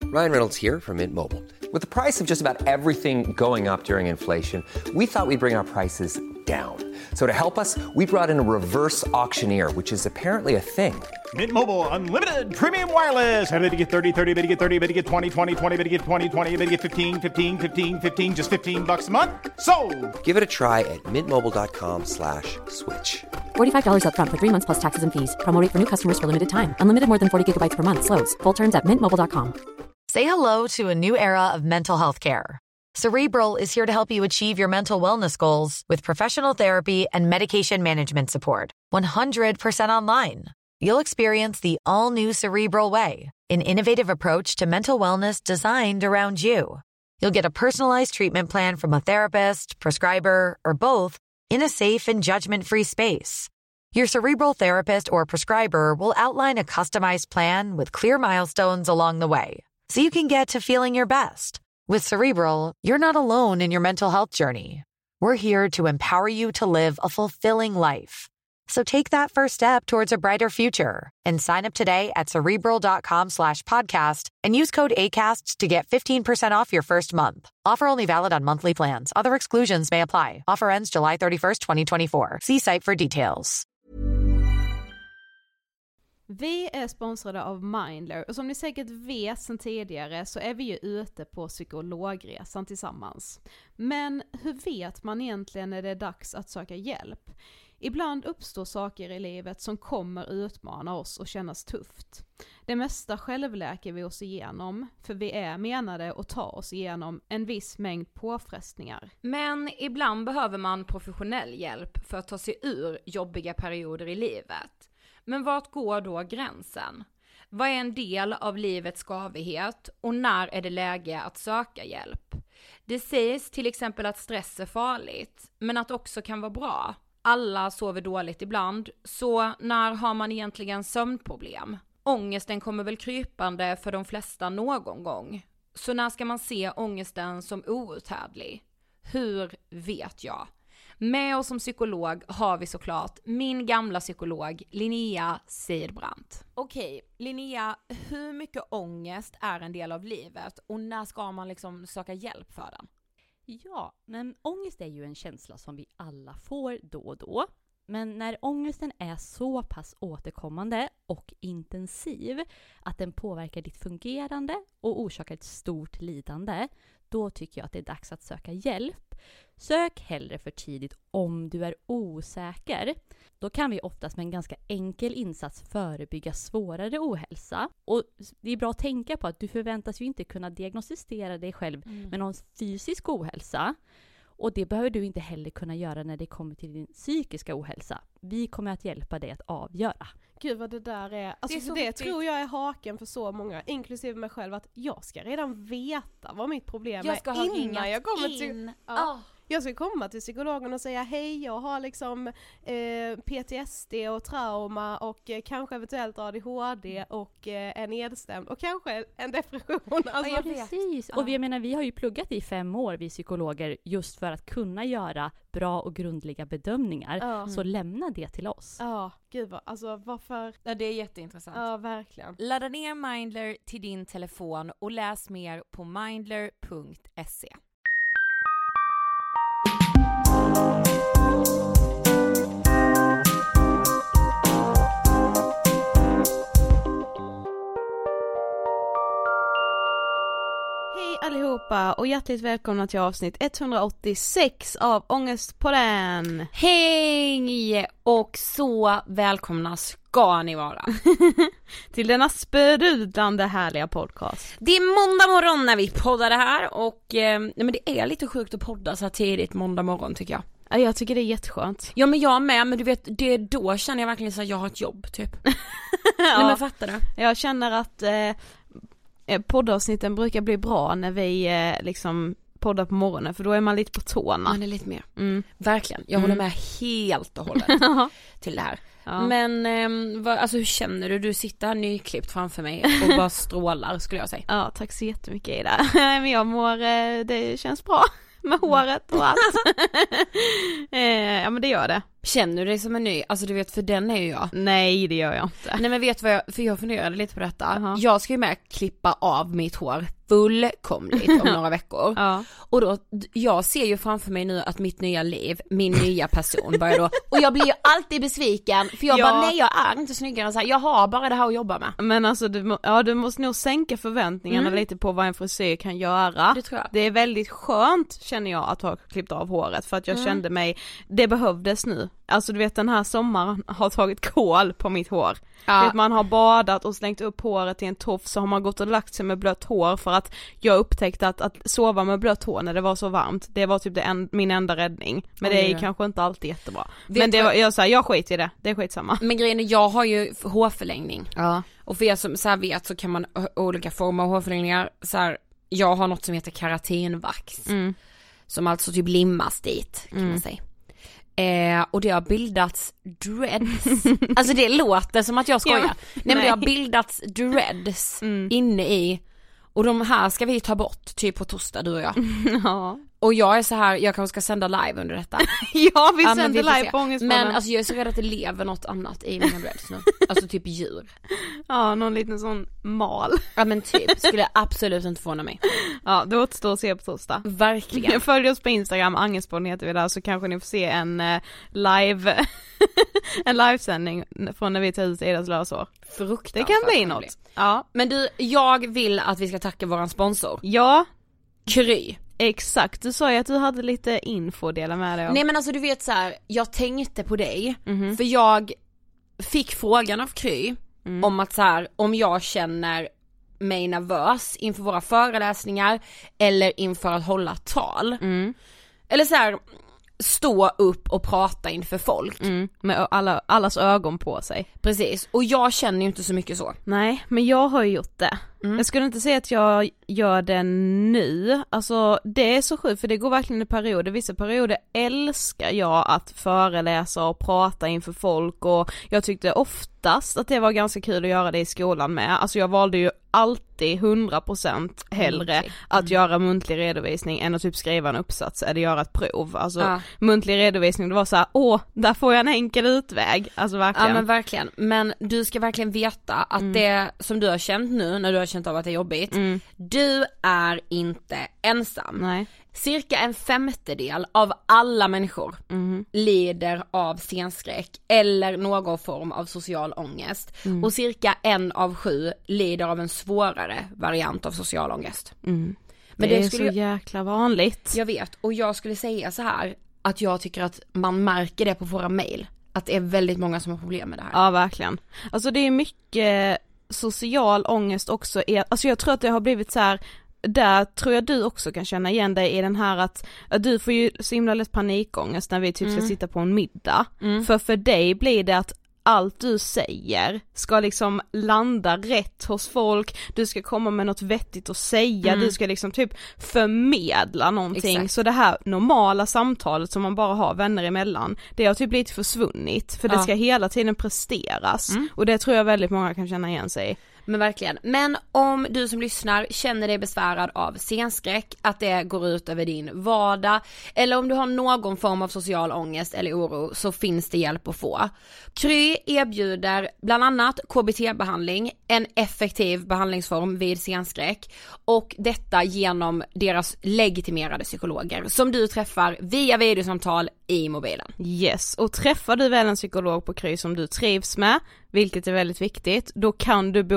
Ryan Reynolds here from Mint Mobile. With the price of just about everything going up during inflation, we thought we'd bring our prices down. So to help us, we brought in a reverse auctioneer, which is apparently a thing. Mint Mobile Unlimited Premium Wireless. How to get 30, 30, bit to get 30, bit to get 20, 20, 20, bit to get 20, 20, bit to get 15, 15, 15, 15, just $15 a month? Sold! Give it a try at mintmobile.com/switch. $45 up front for 3 months plus taxes and fees. Promo rate for new customers for limited time. Unlimited more than 40 gigabytes per month. Slows full terms at mintmobile.com. Say hello to a new era of mental health care. Cerebral is here to help you achieve your mental wellness goals with professional therapy and medication management support. 100% online. You'll experience the all-new Cerebral Way, an innovative approach to mental wellness designed around you. You'll get a personalized treatment plan from a therapist, prescriber, or both in a safe and judgment-free space. Your Cerebral therapist or prescriber will outline a customized plan with clear milestones along the way, so you can get to feeling your best. With Cerebral, you're not alone in your mental health journey. We're here to empower you to live a fulfilling life. So take that first step towards a brighter future and sign up today at Cerebral.com/podcast and use code ACAST to get 15% off your first month. Offer only valid on monthly plans. Other exclusions may apply. Offer ends July 31st, 2024. See site for details. Vi är sponsrade av Mindler och som ni säkert vet sedan tidigare så är vi ju ute på psykologresan tillsammans. Men hur vet man egentligen när det är dags att söka hjälp? Ibland uppstår saker i livet som kommer utmana oss och kännas tufft. Det mesta självläker vi oss igenom, för vi är menade att ta oss igenom en viss mängd påfrestningar. Men ibland behöver man professionell hjälp för att ta sig ur jobbiga perioder i livet. Men vart går då gränsen? Vad är en del av livets skavighet och när är det läge att söka hjälp? Det sägs till exempel att stress är farligt, men att också kan vara bra. Alla sover dåligt ibland, så när har man egentligen sömnproblem? Ångesten kommer väl krypande för de flesta någon gång. Så när ska man se ångesten som outhärdlig? Hur vet jag? Med oss som psykolog har vi såklart min gamla psykolog Linnea Seidbrant. Okej, Linnea, hur mycket ångest är en del av livet och när ska man liksom söka hjälp för den? Ja, men ångest är ju en känsla som vi alla får då och då. Men när ångesten är så pass återkommande och intensiv att den påverkar ditt fungerande och orsakar ett stort lidande, då tycker jag att det är dags att söka hjälp. Sök hellre för tidigt om du är osäker. Då kan vi oftast med en ganska enkel insats förebygga svårare ohälsa. Och det är bra att tänka på att du förväntas ju inte kunna diagnostisera dig själv med någon fysisk ohälsa. Och det behöver du inte heller kunna göra när det kommer till din psykiska ohälsa. Vi kommer att hjälpa dig att avgöra. Gud vad det där är. Alltså det tror jag är haken för så många, inklusive mig själv, att jag ska redan veta vad mitt problem är innan jag kommer till... Jag ska komma till psykologen och säga hej, jag har liksom PTSD och trauma och kanske eventuellt ADHD och är nedstämd och kanske en depression. Alltså. Ja, precis. Och jag menar, vi har ju pluggat i 5 år, vi psykologer, just för att kunna göra bra och grundliga bedömningar. Så lämna det till oss. Ja, gud alltså varför? Ja, det är jätteintressant. Ja, verkligen. Ladda ner Mindler till din telefon och läs mer på mindler.se. Hej allihopa och hjärtligt välkomna till avsnitt 186 av Ångestpodden. Hej och så välkomna ska ni vara till denna spödudlande härliga podcast. Det är måndag morgon när vi poddar det här och men det är lite sjukt att podda så här tidigt måndag morgon tycker jag. Ja, jag tycker det är jätteskönt. Ja, men jag med, men du vet, det då känner jag verkligen så att jag har ett jobb typ. Ja. Nej, men fattar du? Jag känner att poddavsnitten brukar bli bra när vi liksom poddar på morgonen, för då är man lite på tårna. Man är lite mer. Verkligen, jag håller med helt och hållet till det här. Ja. Men alltså, hur känner du? Du sitter här nyklippt framför mig och bara strålar skulle jag säga. Ja, tack så jättemycket Ida. Men jag mår, det känns bra med håret och allt. Ja, men det gör det. Känner du dig som en ny? Alltså du vet, för den är ju jag. Nej, det gör jag inte. Nej men vet du vad för jag funderade lite på detta. Jag ska ju med klippa av mitt hår fullkomligt om några veckor. Och då, jag ser ju framför mig nu att mitt nya liv, min nya person börjar då. Och jag blir ju alltid besviken. För jag bara, nej jag är inte snyggare så här. Jag har bara det här att jobba med. Men alltså, du måste nog sänka förväntningarna lite på vad en frisyr kan göra. Det tror jag. Det är väldigt skönt, känner jag, att ha klippt av håret. För att jag kände mig, det behövdes nu. Alltså du vet, den här sommaren har tagit kål på mitt hår. Vet, man har badat och slängt upp håret i en tofs, så har man gått och lagt sig med blött hår för att jag upptäckte att sova med blött hår när det var så varmt, det var typ min enda räddning. Men det är kanske inte alltid jättebra. Men det var, jag skit i det, det är skitsamma. Men grejen är, jag har ju hårförlängning. Och för er som så här vet, så kan man olika former av hårförlängningar. Så här, jag har något som heter keratinvax. Som alltså typ limmas dit, kan man säga. Och det har bildats dreads. Alltså det låter som att jag skojar. Nej men det har bildats dreads inne i. Och de här ska vi ta bort typ på torsdag, du och jag. Och jag är så här, jag kanske ska sända live under detta. Ja, vi sänder live på Ångestpodden. Men alltså jag är så rädd att det lever något annat i mina dreads nu. Alltså typ djur. Ja, någon liten sån mal. Ja men typ, skulle jag absolut inte förvåna mig. Ja, det återstår att se på torsdag. Verkligen. Följ oss på Instagram, Ångestpodden heter vi där, så kanske ni får se en live en livesändning från när vi tar ut Idas lösår. Fruktansvärt. Det kan bli något. Ja. Men du, jag vill att vi ska tacka våran sponsor. Ja. Kry. Exakt, du sa ju att du hade lite info att dela med dig om. Nej men alltså du vet så här, jag tänkte på dig. För jag fick frågan av Kry om att så här, om jag känner mig nervös inför våra föreläsningar eller inför att hålla tal. Eller så här, stå upp och prata inför folk. Med allas ögon på sig. Precis, och jag känner ju inte så mycket så. Nej, men jag har ju gjort det. Jag skulle inte säga att jag gör det nu. Alltså det är så sjukt, för det går verkligen i perioder. Vissa perioder älskar jag att föreläsa och prata inför folk. Och jag tyckte oftast att det var ganska kul att göra det i skolan med. Alltså jag valde ju alltid 100% hellre att göra muntlig redovisning än att typ skriva en uppsats eller göra ett prov. Alltså muntlig redovisning, det var så här, där får jag en enkel utväg. Alltså verkligen. Ja men verkligen, men du ska verkligen veta att det som du har känt nu, när du har känt av att det är jobbigt, du är inte ensam. Nej. Cirka 1/5 av alla människor lider av scenskräck eller någon form av social ångest. Och cirka 1 av 7 lider av en svårare variant av social ångest. Men det är så jäkla vanligt. Jag vet, och jag skulle säga så här, att jag tycker att man märker det på våra mejl, att det är väldigt många som har problem med det här. Ja verkligen. Alltså det är mycket social ångest också. Alltså jag tror att det har blivit så här. Där tror jag du också kan känna igen dig i den här att du får ju så himla lätt panikångest när vi typ ska sitta på en middag. För dig blir det att allt du säger ska liksom landa rätt hos folk, du ska komma med något vettigt att säga, du ska liksom typ förmedla någonting. Exakt. Så det här normala samtalet som man bara har vänner emellan, det har typ lite försvunnit, för det ska hela tiden presteras. Och det tror jag väldigt många kan känna igen sig i. Men verkligen. Men om du som lyssnar känner dig besvärad av scenskräck, att det går ut över din vardag, eller om du har någon form av social ångest eller oro, så finns det hjälp att få. Kry erbjuder bland annat KBT-behandling, en effektiv behandlingsform vid scenskräck, och detta genom deras legitimerade psykologer som du träffar via videosamtal i mobilen. Yes, och träffar du väl en psykolog på Kry som du trivs med, vilket är väldigt viktigt, då kan du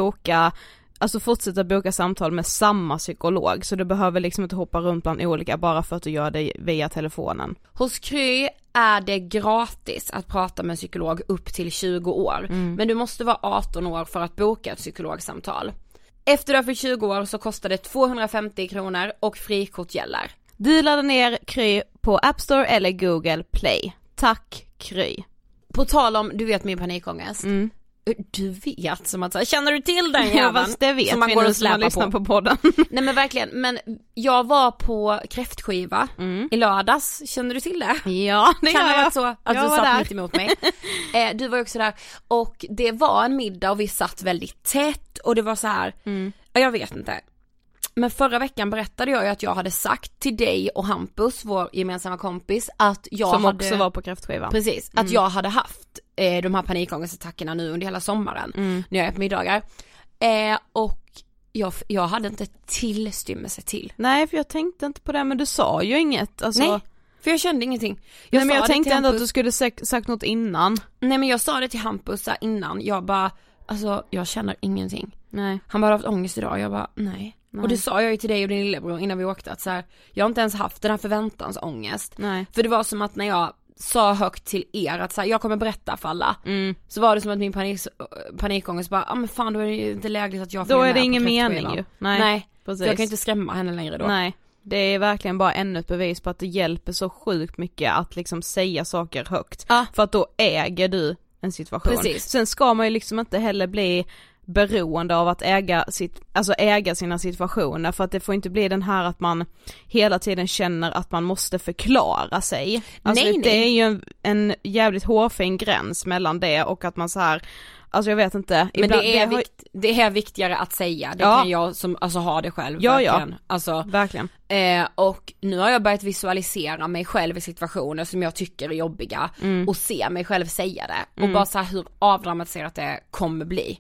fortsätta boka samtal med samma psykolog, så du behöver liksom inte hoppa runt bland olika bara för att du gör det via telefonen. Hos Kry är det gratis att prata med en psykolog upp till 20 år, men du måste vara 18 år för att boka ett psykologsamtal. Efter du har fyllt 20 år så kostar det 250 kronor och frikort gäller. Du laddar ner Kry på App Store eller Google Play. Tack Kry. På tal om, du vet min panikångest. Du vet, som att känner du till den jäveln? Ja, fast det vet som man vi går nu och som man lyssnar på podden. Nej men verkligen, men jag var på kräftskiva i lördags, känner du till det? Ja, det kan gör jag. Så att du satt mitt emot mig. Du var ju också där, och det var en middag och vi satt väldigt tätt, och det var så här, jag vet inte. Men förra veckan berättade jag ju att jag hade sagt till dig och Hampus, vår gemensamma kompis, att jag som hade... också var på kräftskivan. Precis, att jag hade haft de här panikångestattackerna nu under hela sommaren när jag är på middagar. Och jag hade inte tillstymmelse till. Nej, för jag tänkte inte på det, men du sa ju inget. Alltså... Nej, för jag kände ingenting. Men jag tänkte ändå att du skulle sagt något innan. Nej, men jag sa det till Hampus innan. Jag bara, alltså jag känner ingenting. Nej. Han bara haft ångest idag. Jag bara, nej. Och det sa jag ju till dig och din lillebror innan vi åkte, att så här, jag har inte ens haft den här förväntansångest. Nej. För det var som att när jag sa högt till er att så här, jag kommer berätta för alla, så var det som att min panikångest bara, men fan, då är det ju inte lägligt att jag får. Då är det ingen mening ju. Nej. Precis. Jag kan inte skrämma henne längre då. Nej. Det är verkligen bara ännu ett bevis på att det hjälper så sjukt mycket att liksom säga saker högt. För att då äger du en situation. Precis. Sen ska man ju liksom inte heller bli beroende av att äga sina situationer, för att det får inte bli den här att man hela tiden känner att man måste förklara sig. Alltså nej. Det är ju en jävligt hårfin gräns mellan det och att man så här, alltså jag vet inte. Men det är viktigare att säga. Det kan jag som alltså har det själv. Verkligen. Ja. Alltså, verkligen. Och nu har jag börjat visualisera mig själv i situationer som jag tycker är jobbiga och se mig själv säga det. Och bara så här hur avdramatiserat det kommer bli.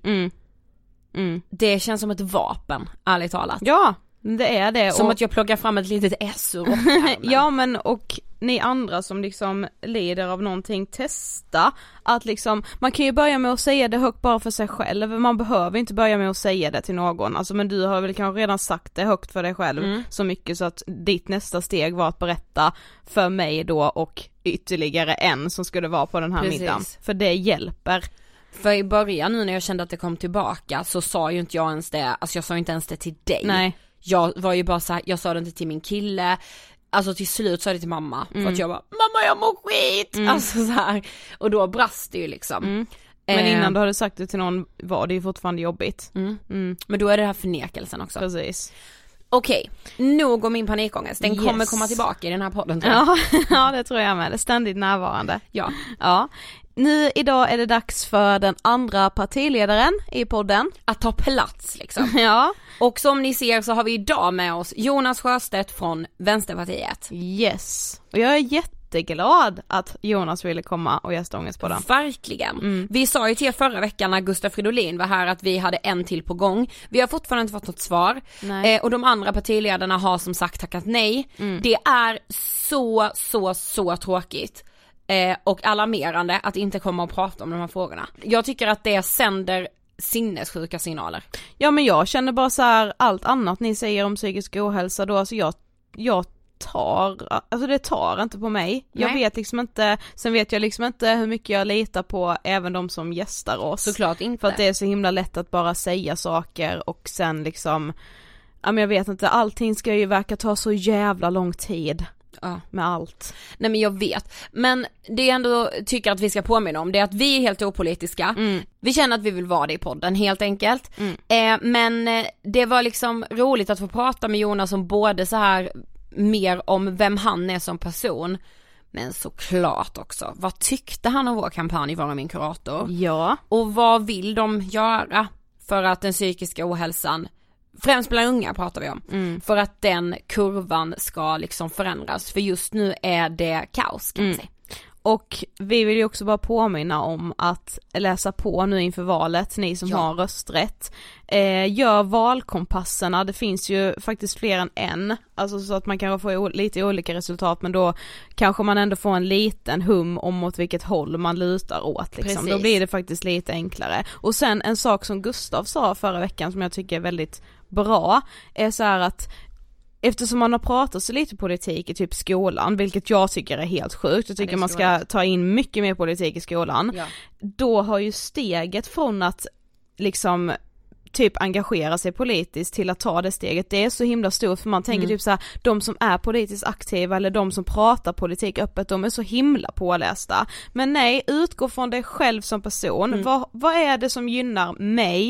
Det känns som ett vapen, ärligt talat. Ja, det är det. Som att jag plockar fram ett litet S ur ja, men och ni andra som liksom lider av någonting, testa att liksom, man kan ju börja med att säga det högt bara för sig själv. Man behöver inte börja med att säga det till någon. Alltså, men du har väl kanske redan sagt det högt för dig själv så mycket så att ditt nästa steg var att berätta för mig då och ytterligare en som skulle vara på den här middagen. För det hjälper. För i början nu när jag kände att det kom tillbaka så sa ju inte jag ens det, alltså jag sa inte ens det till dig. Nej. Jag var ju bara så här, jag sa det inte till min kille. Alltså till slut sa jag det till mamma. För att jag bara, mamma jag mår skit. Alltså så här. Och då brast det ju liksom. Men innan du hade sagt det till någon var det ju fortfarande jobbigt. Men då är det här förnekelsen också. Precis. Okej, nog om min panikångest. Den kommer komma tillbaka i den här podden. Ja, det tror jag med. Det är ständigt närvarande. Ja. Nu idag är det dags för den andra partiledaren i podden att ta plats liksom. Ja. Och som ni ser så har vi idag med oss Jonas Sjöstedt från Vänsterpartiet. Yes. Och jag är jätteglad att Jonas ville komma och gästa Ångestpodden. Verkligen. Vi sa ju till er förra veckan när Gustav Fridolin var här att vi hade en till på gång. Vi har fortfarande inte fått något svar. Och de andra partiledarna har som sagt tackat nej. Det är så tråkigt. Och alarmerande att inte komma och prata om de här frågorna. Jag tycker att det sänder sinnessjuka signaler. Ja, men jag känner bara så här, allt annat ni säger om psykisk ohälsa då, alltså jag det tar inte på mig. Jag vet liksom inte, sen vet jag liksom inte hur mycket jag litar på även de som gästar oss. Såklart inte. För att det är så himla lätt att bara säga saker och sen liksom, ja men jag vet inte, allting ska ju verka ta så jävla lång tid. Med allt. Nej men jag vet. Men det jag ändå tycker att vi ska påminna om det är att vi är helt opolitiska. Vi känner att vi vill vara det i podden helt enkelt. Men det var liksom roligt att få prata med Jonas om både så här mer om vem han är som person. Men såklart också, vad tyckte han om vår kampanj Vara min kurator? Ja. Och vad vill de göra för att den psykiska ohälsan, främst bland unga pratar vi om, för att den kurvan ska liksom förändras. För just nu är det kaos kan man säga. Och vi vill ju också bara påminna om att läsa på nu inför valet, ni som har rösträtt. Gör valkompasserna, det finns ju faktiskt fler än en, alltså så att man kan få lite olika resultat, men då kanske man ändå får en liten hum om åt vilket håll man lutar åt liksom. Då blir det faktiskt lite enklare. Och sen en sak som Gustav sa förra veckan som jag tycker är väldigt bra är så här att eftersom man har pratat så lite politik i typ skolan, vilket jag tycker är helt sjukt, jag tycker man ska ta in mycket mer politik i skolan, då har ju steget från att liksom typ engagera sig politiskt till att ta det steget, det är så himla stort, för man tänker typ så här, de som är politiskt aktiva eller de som pratar politik öppet, de är så himla pålästa. Men nej, utgå från dig själv som person. Vad är det som gynnar mig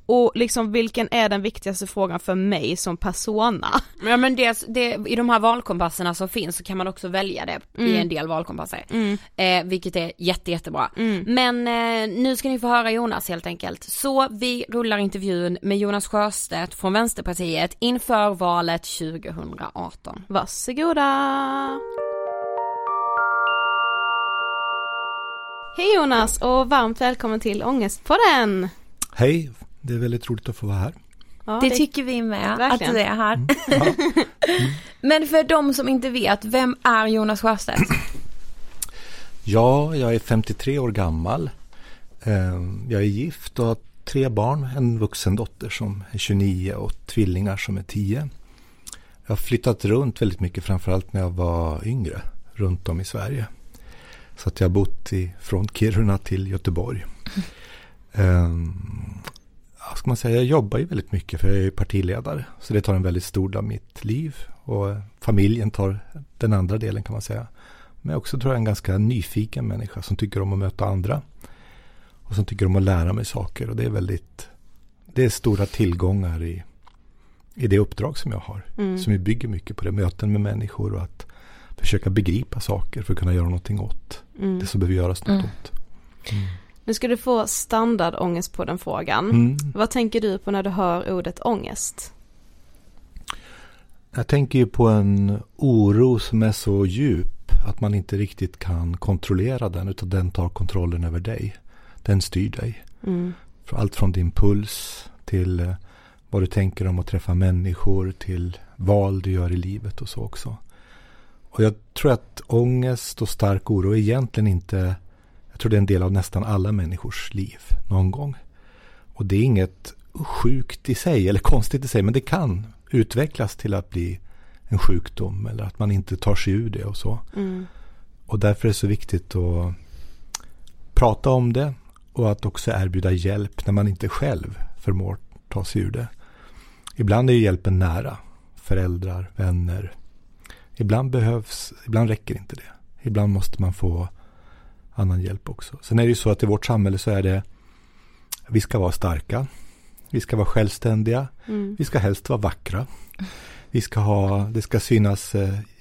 Och liksom vilken är den viktigaste frågan för mig som persona? Ja, men det, i de här valkompasserna som finns så kan man också välja det i en del valkompasser. Vilket är jättebra. Men nu ska ni få höra Jonas helt enkelt. Så vi rullar intervjun med Jonas Sjöstedt från Vänsterpartiet inför valet 2018. Varsågoda! Hej Jonas och varmt välkommen till Ångestpodden! Hej, det är väldigt roligt att få vara här. Ja, det tycker vi med, verkligen. att du är här. Men för de som inte vet, vem är Jonas Sjöstedt? Ja, jag är 53 år gammal. Jag är gift och har 3 barn. En vuxen dotter som är 29 och tvillingar som är 10. Jag har flyttat runt väldigt mycket, framförallt när jag var yngre, runt om i Sverige. Så att jag har bott från Kiruna till Göteborg. Ska man säga, jag jobbar ju väldigt mycket för jag är partiledare. Så det tar en väldigt stor del av mitt liv. Och familjen tar den andra delen kan man säga. Men jag också tror jag är en ganska nyfiken människa som tycker om att möta andra. Och som tycker om att lära mig saker. Och det är stora tillgångar i det uppdrag som jag har. Som vi bygger mycket på det. Möten med människor och att försöka begripa saker för att kunna göra någonting åt det som behöver göras något åt. Nu ska du få standardångest på den frågan. Vad tänker du på när du hör ordet ångest? Jag tänker ju på en oro som är så djup att man inte riktigt kan kontrollera den, utan den tar kontrollen över dig. Den styr dig. Allt från din puls till vad du tänker om att träffa människor till val du gör i livet och så också. Och jag tror att ångest och stark oro är egentligen inte... Jag tror det är en del av nästan alla människors liv någon gång. Och det är inget sjukt i sig eller konstigt i sig, men det kan utvecklas till att bli en sjukdom eller att man inte tar sig ur det och så. Och därför är det så viktigt att prata om det och att också erbjuda hjälp när man inte själv förmår ta sig ur det. Ibland är ju hjälpen nära. Föräldrar, vänner. Ibland räcker inte det. Ibland måste man få annan hjälp också. Sen är det ju så att i vårt samhälle så är det vi ska vara starka. Vi ska vara självständiga. Vi ska helst vara vackra. Det ska synas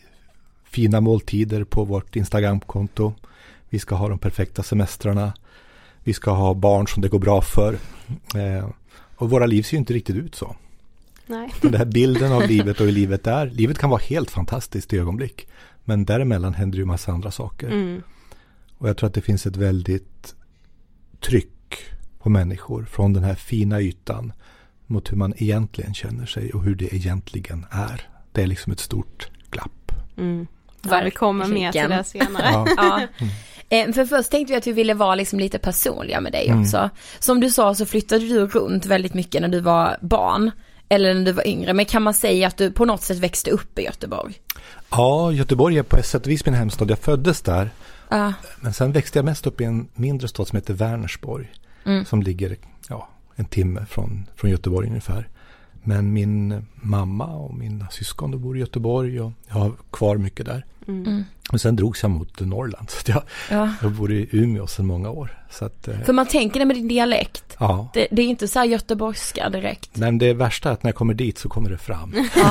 fina måltider på vårt Instagramkonto. Vi ska ha de perfekta semestrarna. Vi ska ha barn som det går bra för. Och våra liv ser ju inte riktigt ut så. Nej. Den här bilden av livet och hur livet är. Livet kan vara helt fantastiskt i ögonblick. Men däremellan händer ju en massa andra saker. Och jag tror att det finns ett väldigt tryck på människor från den här fina ytan mot hur man egentligen känner sig och hur det egentligen är. Det är liksom ett stort glapp. Ja, vi kommer mer till det senare. För först tänkte vi att vi ville vara liksom lite personliga med dig också. Som du sa så flyttade du runt väldigt mycket när du var barn. Eller när du var yngre. Men kan man säga att du på något sätt växte upp i Göteborg? Ja, Göteborg är på ett sätt och vis min hemstad. Jag föddes där. Men sen växte jag mest upp i en mindre stad som heter Vänersborg. Som ligger en timme från Göteborg ungefär. Men min mamma och mina syskon bor i Göteborg och jag har kvar mycket där. Och sen drogs jag mot Norrland. Så jag bor i Umeå sedan många år. Så att, för man tänker det med din dialekt. Ja. Det är inte så här göteborgska direkt. Nej, men det värsta är att när jag kommer dit så kommer det fram.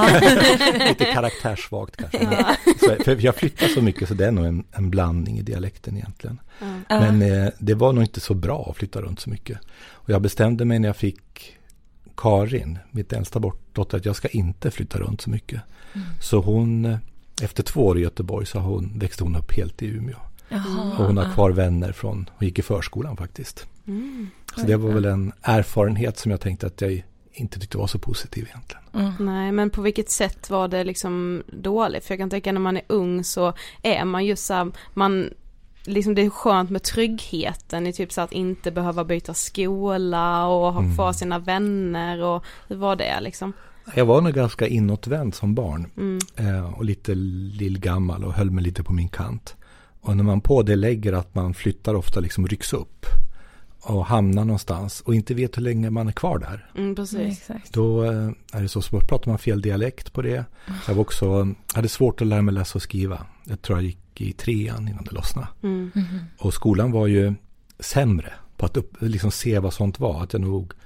Lite karaktärssvagt kanske. För jag flyttar så mycket så det är nog en blandning i dialekten egentligen. Men det var nog inte så bra att flytta runt så mycket. Och jag bestämde mig när jag fick Karin, mitt äldsta dotter, att jag ska inte flytta runt så mycket. Så hon, efter 2 år i Göteborg så växte hon upp helt i Umeå. Och hon har kvar vänner hon gick i förskolan faktiskt. Så det var väl en erfarenhet som jag tänkte att jag inte tyckte var så positiv egentligen. Nej, men på vilket sätt var det liksom dåligt? För jag kan tänka när man är ung så är man just så här, liksom det är skönt med tryggheten i typ så att inte behöva byta skola och ha kvar sina vänner och hur var det liksom? Jag var nog ganska inåtvänd som barn och lite lillgammal och höll mig lite på min kant. Och när man på det lägger att man flyttar ofta liksom rycks upp och hamnar någonstans och inte vet hur länge man är kvar där. Precis. Då är det så svårt, pratar man fel dialekt på det. Jag hade svårt att lära mig läsa och skriva. Jag tror jag gick i 3:an innan det lossnade. Och skolan var ju sämre på att liksom se vad sånt var. Att jag nog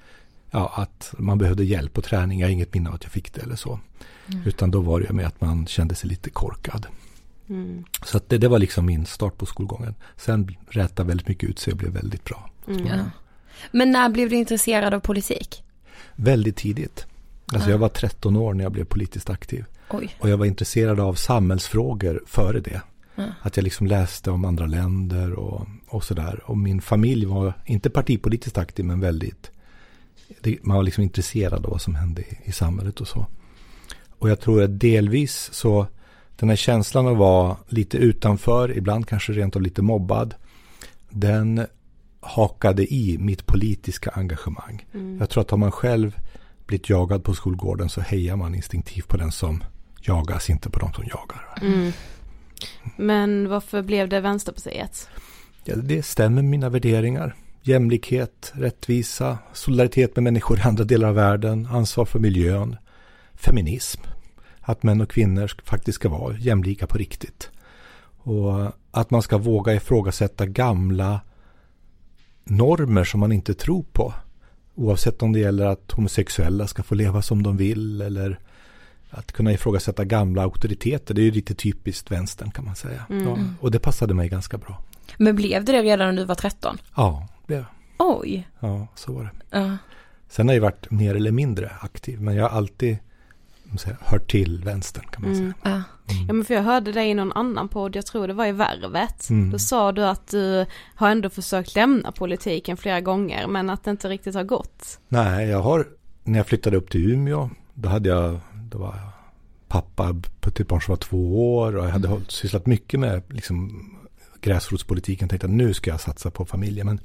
att man behövde hjälp och träning. Jag har inget minne av att jag fick det eller så. Utan då var det med att man kände sig lite korkad. Så att det var liksom min start på skolgången. Sen rättade väldigt mycket ut sig och blev väldigt bra. Men när blev du intresserad av politik? Väldigt tidigt. Alltså jag var 13 år när jag blev politiskt aktiv. Oj. Och jag var intresserad av samhällsfrågor före det. Att jag liksom läste om andra länder och sådär. Och min familj var inte partipolitiskt aktiv, men väldigt... Man var liksom intresserad av vad som hände i samhället och så. Och jag tror att delvis så... Den här känslan att vara lite utanför, ibland kanske rent av lite mobbad, den hakade i mitt politiska engagemang. Jag tror att om man själv blivit jagad på skolgården så hejar man instinktivt på den som jagas, inte på de som jagar. Men varför blev det Vänsterpartiet? Ja, det stämmer med mina värderingar. Jämlikhet, rättvisa, solidaritet med människor i andra delar av världen, ansvar för miljön, feminism. Att män och kvinnor faktiskt ska vara jämlika på riktigt. Och att man ska våga ifrågasätta gamla normer som man inte tror på. Oavsett om det gäller att homosexuella ska få leva som de vill eller att kunna ifrågasätta gamla auktoriteter. Det är ju lite typiskt vänstern kan man säga. Ja, och det passade mig ganska bra. Men blev det redan när du var 13? Ja, det blev. Oj! Ja, så var det. Sen har jag varit mer eller mindre aktiv, men jag har alltid hört till vänstern kan man säga. Ja, men för jag hörde dig i någon annan podd, jag tror det var i Värvet. Då sa du att du har ändå försökt lämna politiken flera gånger, men att det inte riktigt har gått. Nej, när jag flyttade upp till Umeå, då var jag pappa till ett barn som var 2 år och jag hade sysslat mycket med liksom gräsrotspolitiken. Jag tänkte att nu ska jag satsa på familjen, men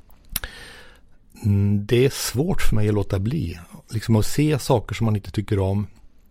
det är svårt för mig att låta bli. Liksom att se saker som man inte tycker om.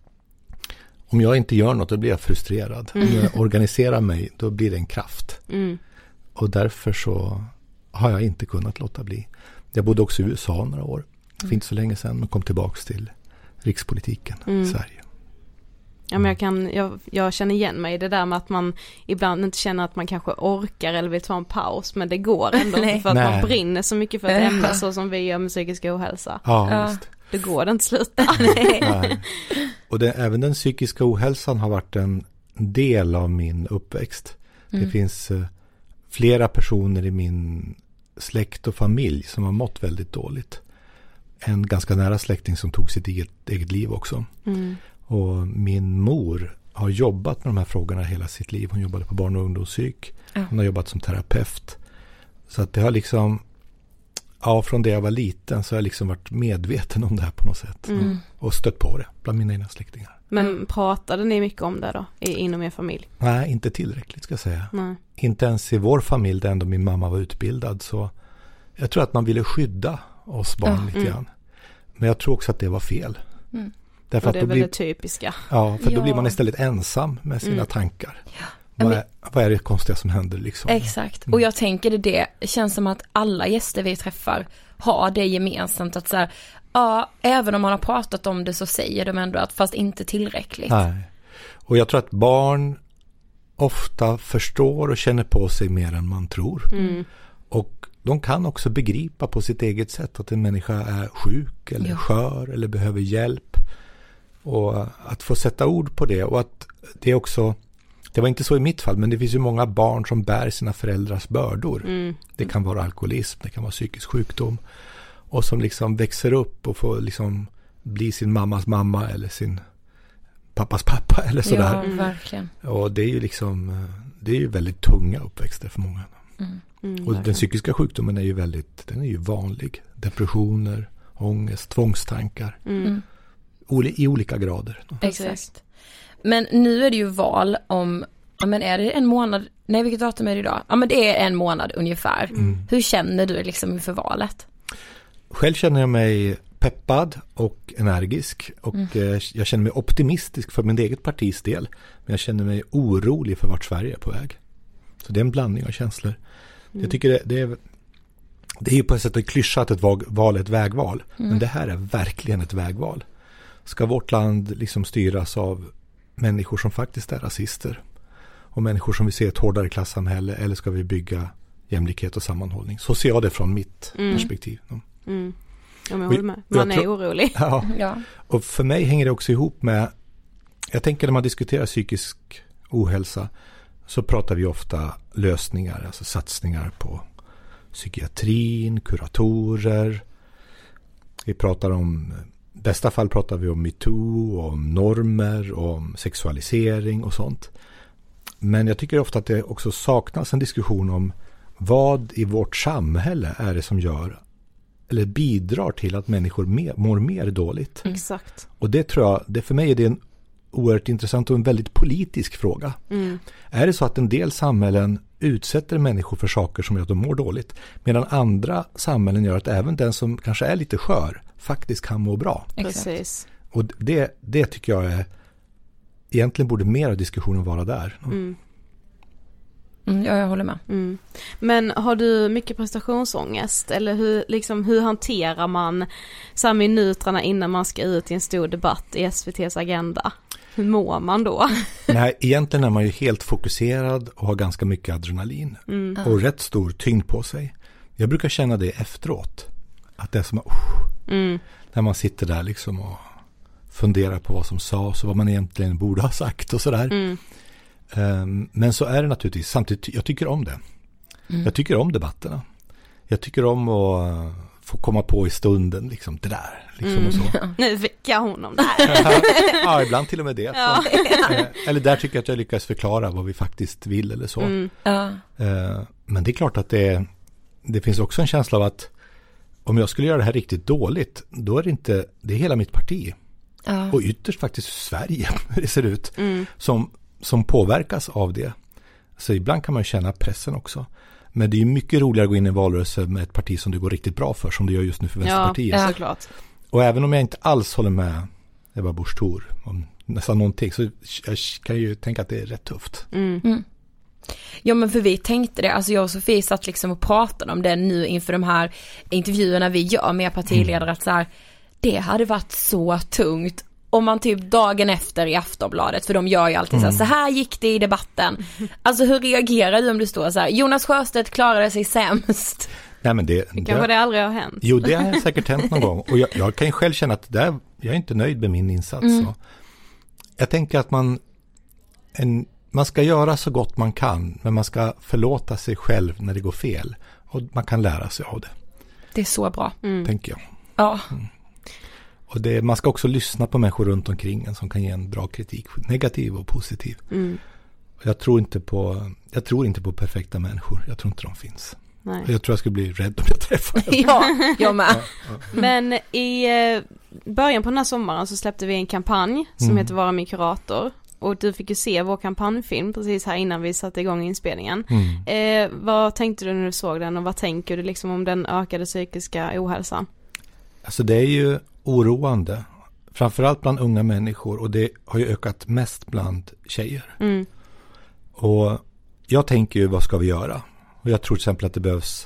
Om jag inte gör något, då blir jag frustrerad. Om jag organiserar mig, då blir det en kraft. Och därför så har jag inte kunnat låta bli. Jag bodde också i USA några år. Det var inte så länge sedan, men kom tillbaka till rikspolitiken i Sverige. Ja, men jag känner igen mig i det där med att man ibland inte känner att man kanske orkar eller vill ta en paus, men det går ändå för att man brinner så mycket för ett ämne så som vi gör med psykisk ohälsa. Ja, just. Det går inte sluta. Nej. Och även den psykiska ohälsan har varit en del av min uppväxt. Det finns flera personer i min släkt och familj som har mått väldigt dåligt. En ganska nära släkting som tog sitt eget liv också. Och min mor har jobbat med de här frågorna hela sitt liv. Hon jobbade på barn- och ungdomspsyk. Hon har jobbat som terapeut. Så att det har liksom, från det jag var liten så har jag liksom varit medveten om det här på något sätt. Och stött på det bland mina egna släktingar. Men pratade ni mycket om det då inom er familj? Nej, inte tillräckligt ska jag säga. Nej. Inte ens i vår familj där ändå min mamma var utbildad. Så jag tror att man ville skydda oss barn lite grann. Men jag tror också att det var fel. Därför och det är att väl det typiska. Ja, för då blir man istället ensam med sina tankar. Vad är det konstiga som händer liksom? Exakt. Och jag tänker det känns som att alla gäster vi träffar har det gemensamt att så här, även om man har pratat om det så säger de ändå att fast inte tillräckligt. Nej. Och jag tror att barn ofta förstår och känner på sig mer än man tror. Och de kan också begripa på sitt eget sätt att en människa är sjuk eller skör eller behöver hjälp. Och att få sätta ord på det och att det också, det var inte så i mitt fall, men det finns ju många barn som bär sina föräldrars bördor. Det kan vara alkoholism, det kan vara psykisk sjukdom och som liksom växer upp och får liksom bli sin mammas mamma eller sin pappas pappa eller sådär. Ja, verkligen. Och det är ju liksom, det är ju väldigt tunga uppväxter för många. Och den psykiska sjukdomen är ju den är ju vanlig. Depressioner, ångest, tvångstankar. I olika grader. Exakt. Men nu är det ju val om, men är det en månad, nej vilket datum är det idag? Ja men det är en månad ungefär. Hur känner du liksom inför valet? Själv känner jag mig peppad och energisk och jag känner mig optimistisk för min eget partis del. Men jag känner mig orolig för vart Sverige är på väg. Så det är en blandning av känslor. Jag tycker det är ju på ett sätt ett klyscha att ett val är ett vägval. Men det här är verkligen ett vägval. Ska vårt land liksom styras av människor som faktiskt är rasister och människor som vill se ett hårdare klassamhälle, eller ska vi bygga jämlikhet och sammanhållning? Så ser jag det från mitt perspektiv. Ja, men jag håller med. Man är orolig. Ja. Och för mig hänger det också ihop med, jag tänker när man diskuterar psykisk ohälsa så pratar vi ofta lösningar, alltså satsningar på psykiatrin, kuratorer. Vi pratar om, i bästa fall pratar vi om MeToo, om normer, om sexualisering och sånt. Men jag tycker ofta att det också saknas en diskussion om vad i vårt samhälle är det som gör eller bidrar till att människor mår mer dåligt. Exakt. Och det tror jag, det för mig är det en oerhört intressant och en väldigt politisk fråga. Är det så att en del samhällen utsätter människor för saker som gör att de mår dåligt, medan andra samhällen gör att även den som kanske är lite skör faktiskt kan må bra? Precis. Och det tycker jag är, egentligen borde mer av diskussionen vara där. Ja, jag håller med. Men har du mycket prestationsångest? Eller hur hanterar man så här minuterna innan man ska ut i en stor debatt i SVT:s agenda? Hur mår man då? Nej, egentligen är man ju helt fokuserad och har ganska mycket adrenalin. Och rätt stor tyngd på sig. Jag brukar känna det efteråt. Att det är som när man sitter där liksom och funderar på vad som sades och vad man egentligen borde ha sagt och sådär. Men så är det naturligtvis. Samtidigt, jag tycker om det. Jag tycker om debatterna. Jag tycker om att få komma på i stunden liksom det där. Liksom och så. Nu fick jag honom det här. Ja, ibland till och med det. Ja. Eller där tycker jag att jag lyckas förklara vad vi faktiskt vill eller så. Men det är klart att det finns också en känsla av att om jag skulle göra det här riktigt dåligt, då är det är hela mitt parti. Och ytterst faktiskt Sverige, hur det ser ut, som påverkas av det. Så ibland kan man känna pressen också. Men det är ju mycket roligare att gå in i en valrörelse med ett parti som det går riktigt bra för, som det gör just nu för Vänsterpartiet. Ja, såklart. Och även om jag inte alls håller med Ebba Busch Thor om nästan någonting, så jag kan ju tänka att det är rätt tufft. Ja, men för vi tänkte det, alltså jag och Sofie satt liksom och pratade om det nu inför de här intervjuerna vi gör med partiledare, att så här, det hade varit så tungt om man typ dagen efter i Aftonbladet, för de gör ju alltid så här gick det i debatten. Alltså hur reagerar du om du står så här, Jonas Sjöstedt klarade sig sämst? Nej, men det kanske det aldrig har hänt. Jo, det har säkert hänt någon gång. Och jag kan ju själv känna att jag är inte nöjd med min insats. Så. Jag tänker att man ska göra så gott man kan, men man ska förlåta sig själv när det går fel. Och man kan lära sig av det. Det är så bra. Tänker jag. Ja. Och man ska också lyssna på människor runt omkring en som kan ge en bra kritik, negativ och positiv. Jag tror inte på perfekta människor. Jag tror inte de finns. Nej. Jag tror jag skulle bli rädd om jag träffar dem. Ja, jag med. Men i början på den här sommaren så släppte vi en kampanj som heter Vara min kurator. Och du fick ju se vår kampanjfilm precis här innan vi satte igång inspelningen. Vad tänkte du när du såg den och vad tänker du liksom om den ökade psykiska ohälsan? Alltså det är ju oroande. Framförallt bland unga människor, och det har ju ökat mest bland tjejer. Och jag tänker ju, vad ska vi göra? Och jag tror till exempel att det behövs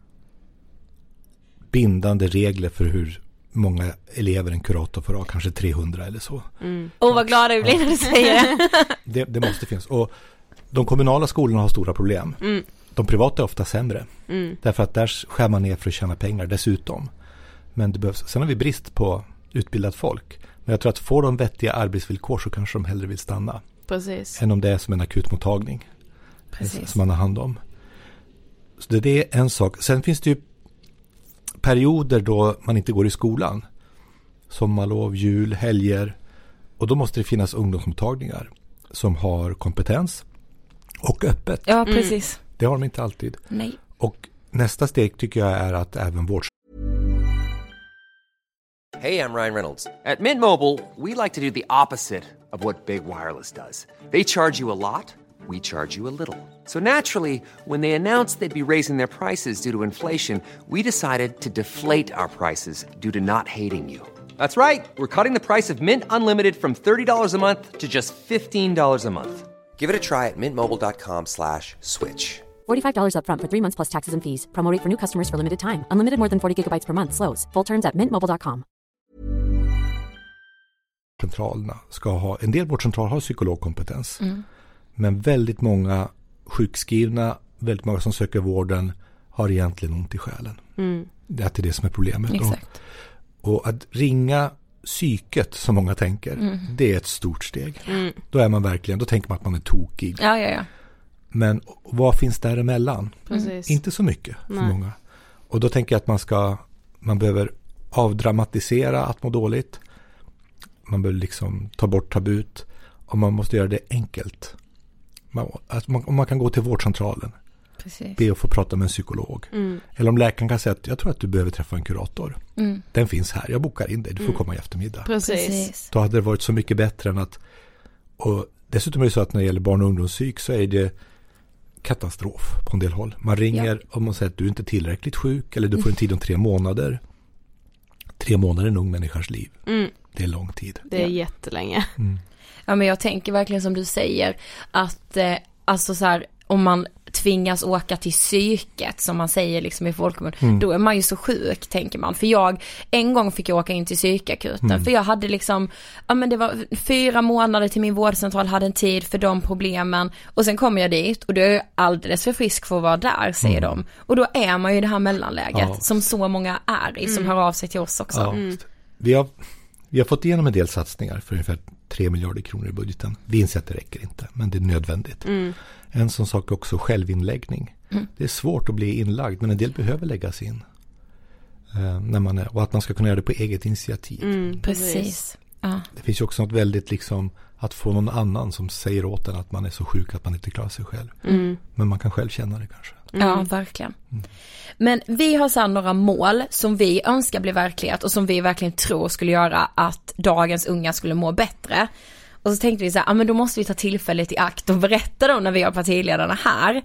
bindande regler för hur många elever en kurator får ha, kanske 300 eller så. Vad glada vi blir när du säger det. Det måste finnas. Och de kommunala skolorna har stora problem. De privata är ofta sämre. Därför att där skär man ner för att tjäna pengar dessutom. Men det behövs. Sen har vi brist på utbildat folk. Men jag tror att får de vettiga arbetsvillkor så kanske de hellre vill stanna. Precis. Än om det är som en akutmottagning. Precis. Som man har hand om. Så det är en sak. Sen finns det ju perioder då man inte går i skolan. Sommarlov, jul, helger. Och då måste det finnas ungdomsmottagningar som har kompetens och öppet. Ja, precis. Det har de inte alltid. Nej. Och nästa steg tycker jag är att även Hey, I'm Ryan Reynolds. At Mint Mobile, we like to do the opposite of what Big Wireless does. They charge you a lot, we charge you a little. So naturally, when they announced they'd be raising their prices due to inflation, we decided to deflate our prices due to not hating you. That's right. We're cutting the price of Mint Unlimited from $30 a month to just $15 a month. Give it a try at mintmobile.com/switch. $45 up front for 3 months plus taxes and fees. Promo rate for new customers for limited time. Unlimited more than 40 gigabytes per month. Slows full terms at mintmobile.com. Centralerna ska ha, en del vårdcentraler har psykologkompetens. Men väldigt många sjukskrivna, väldigt många som söker vården har egentligen ont i själen. det är det som är problemet. Exakt. Och att ringa psyket som många tänker, det är ett stort steg. Då är man verkligen, då tänker man att man är tokig. Ja. Men vad finns däremellan? Precis. Inte så mycket för många. Och då tänker jag att man behöver avdramatisera att må dåligt. Man behöver liksom ta bort tabut. Och man måste göra det enkelt. Om man kan gå till vårdcentralen. Precis. Be att få prata med en psykolog. Eller om läkaren kan säga att jag tror att du behöver träffa en kurator. Den finns här, jag bokar in dig, du får komma i eftermiddag. Precis. Då hade det varit så mycket bättre än att, och dessutom är det så att när det gäller barn- och ungdomspsyk så är det katastrof på en del håll. Man ringer om man säger att du är inte tillräckligt sjuk eller du får en tid om 3 månader. 3 månader är en ung människors liv. Det är lång tid. Det är jättelänge. Ja, men jag tänker verkligen som du säger att alltså så här, om man tvingas åka till psyket som man säger liksom i folkmun, då är man ju så sjuk, tänker man. För en gång fick jag åka in till psykakuten för jag hade liksom, det var 4 månader till min vårdcentral, hade en tid för de problemen och sen kommer jag dit och då är jag alldeles för frisk för att vara där, säger de. Och då är man ju i det här mellanläget som så många är i, som hör av sig till oss också. Ja. Vi har fått igenom en del satsningar för ungefär 3 miljarder kronor i budgeten. Vi inser att det räcker inte, men det är nödvändigt. En sån sak är också självinläggning. Det är svårt att bli inlagd, men en del behöver läggas in. Och att man ska kunna göra det på eget initiativ. Precis. Ja. Det finns ju också något väldigt liksom att få någon annan som säger åt en att man är så sjuk att man inte klarar sig själv. Men man kan själv känna det kanske. Ja, verkligen. Men vi har så här några mål som vi önskar bli verklighet och som vi verkligen tror skulle göra att dagens unga skulle må bättre. Och så tänkte vi så här, men då måste vi ta tillfället i akt och berätta dem när vi har partiledarna här.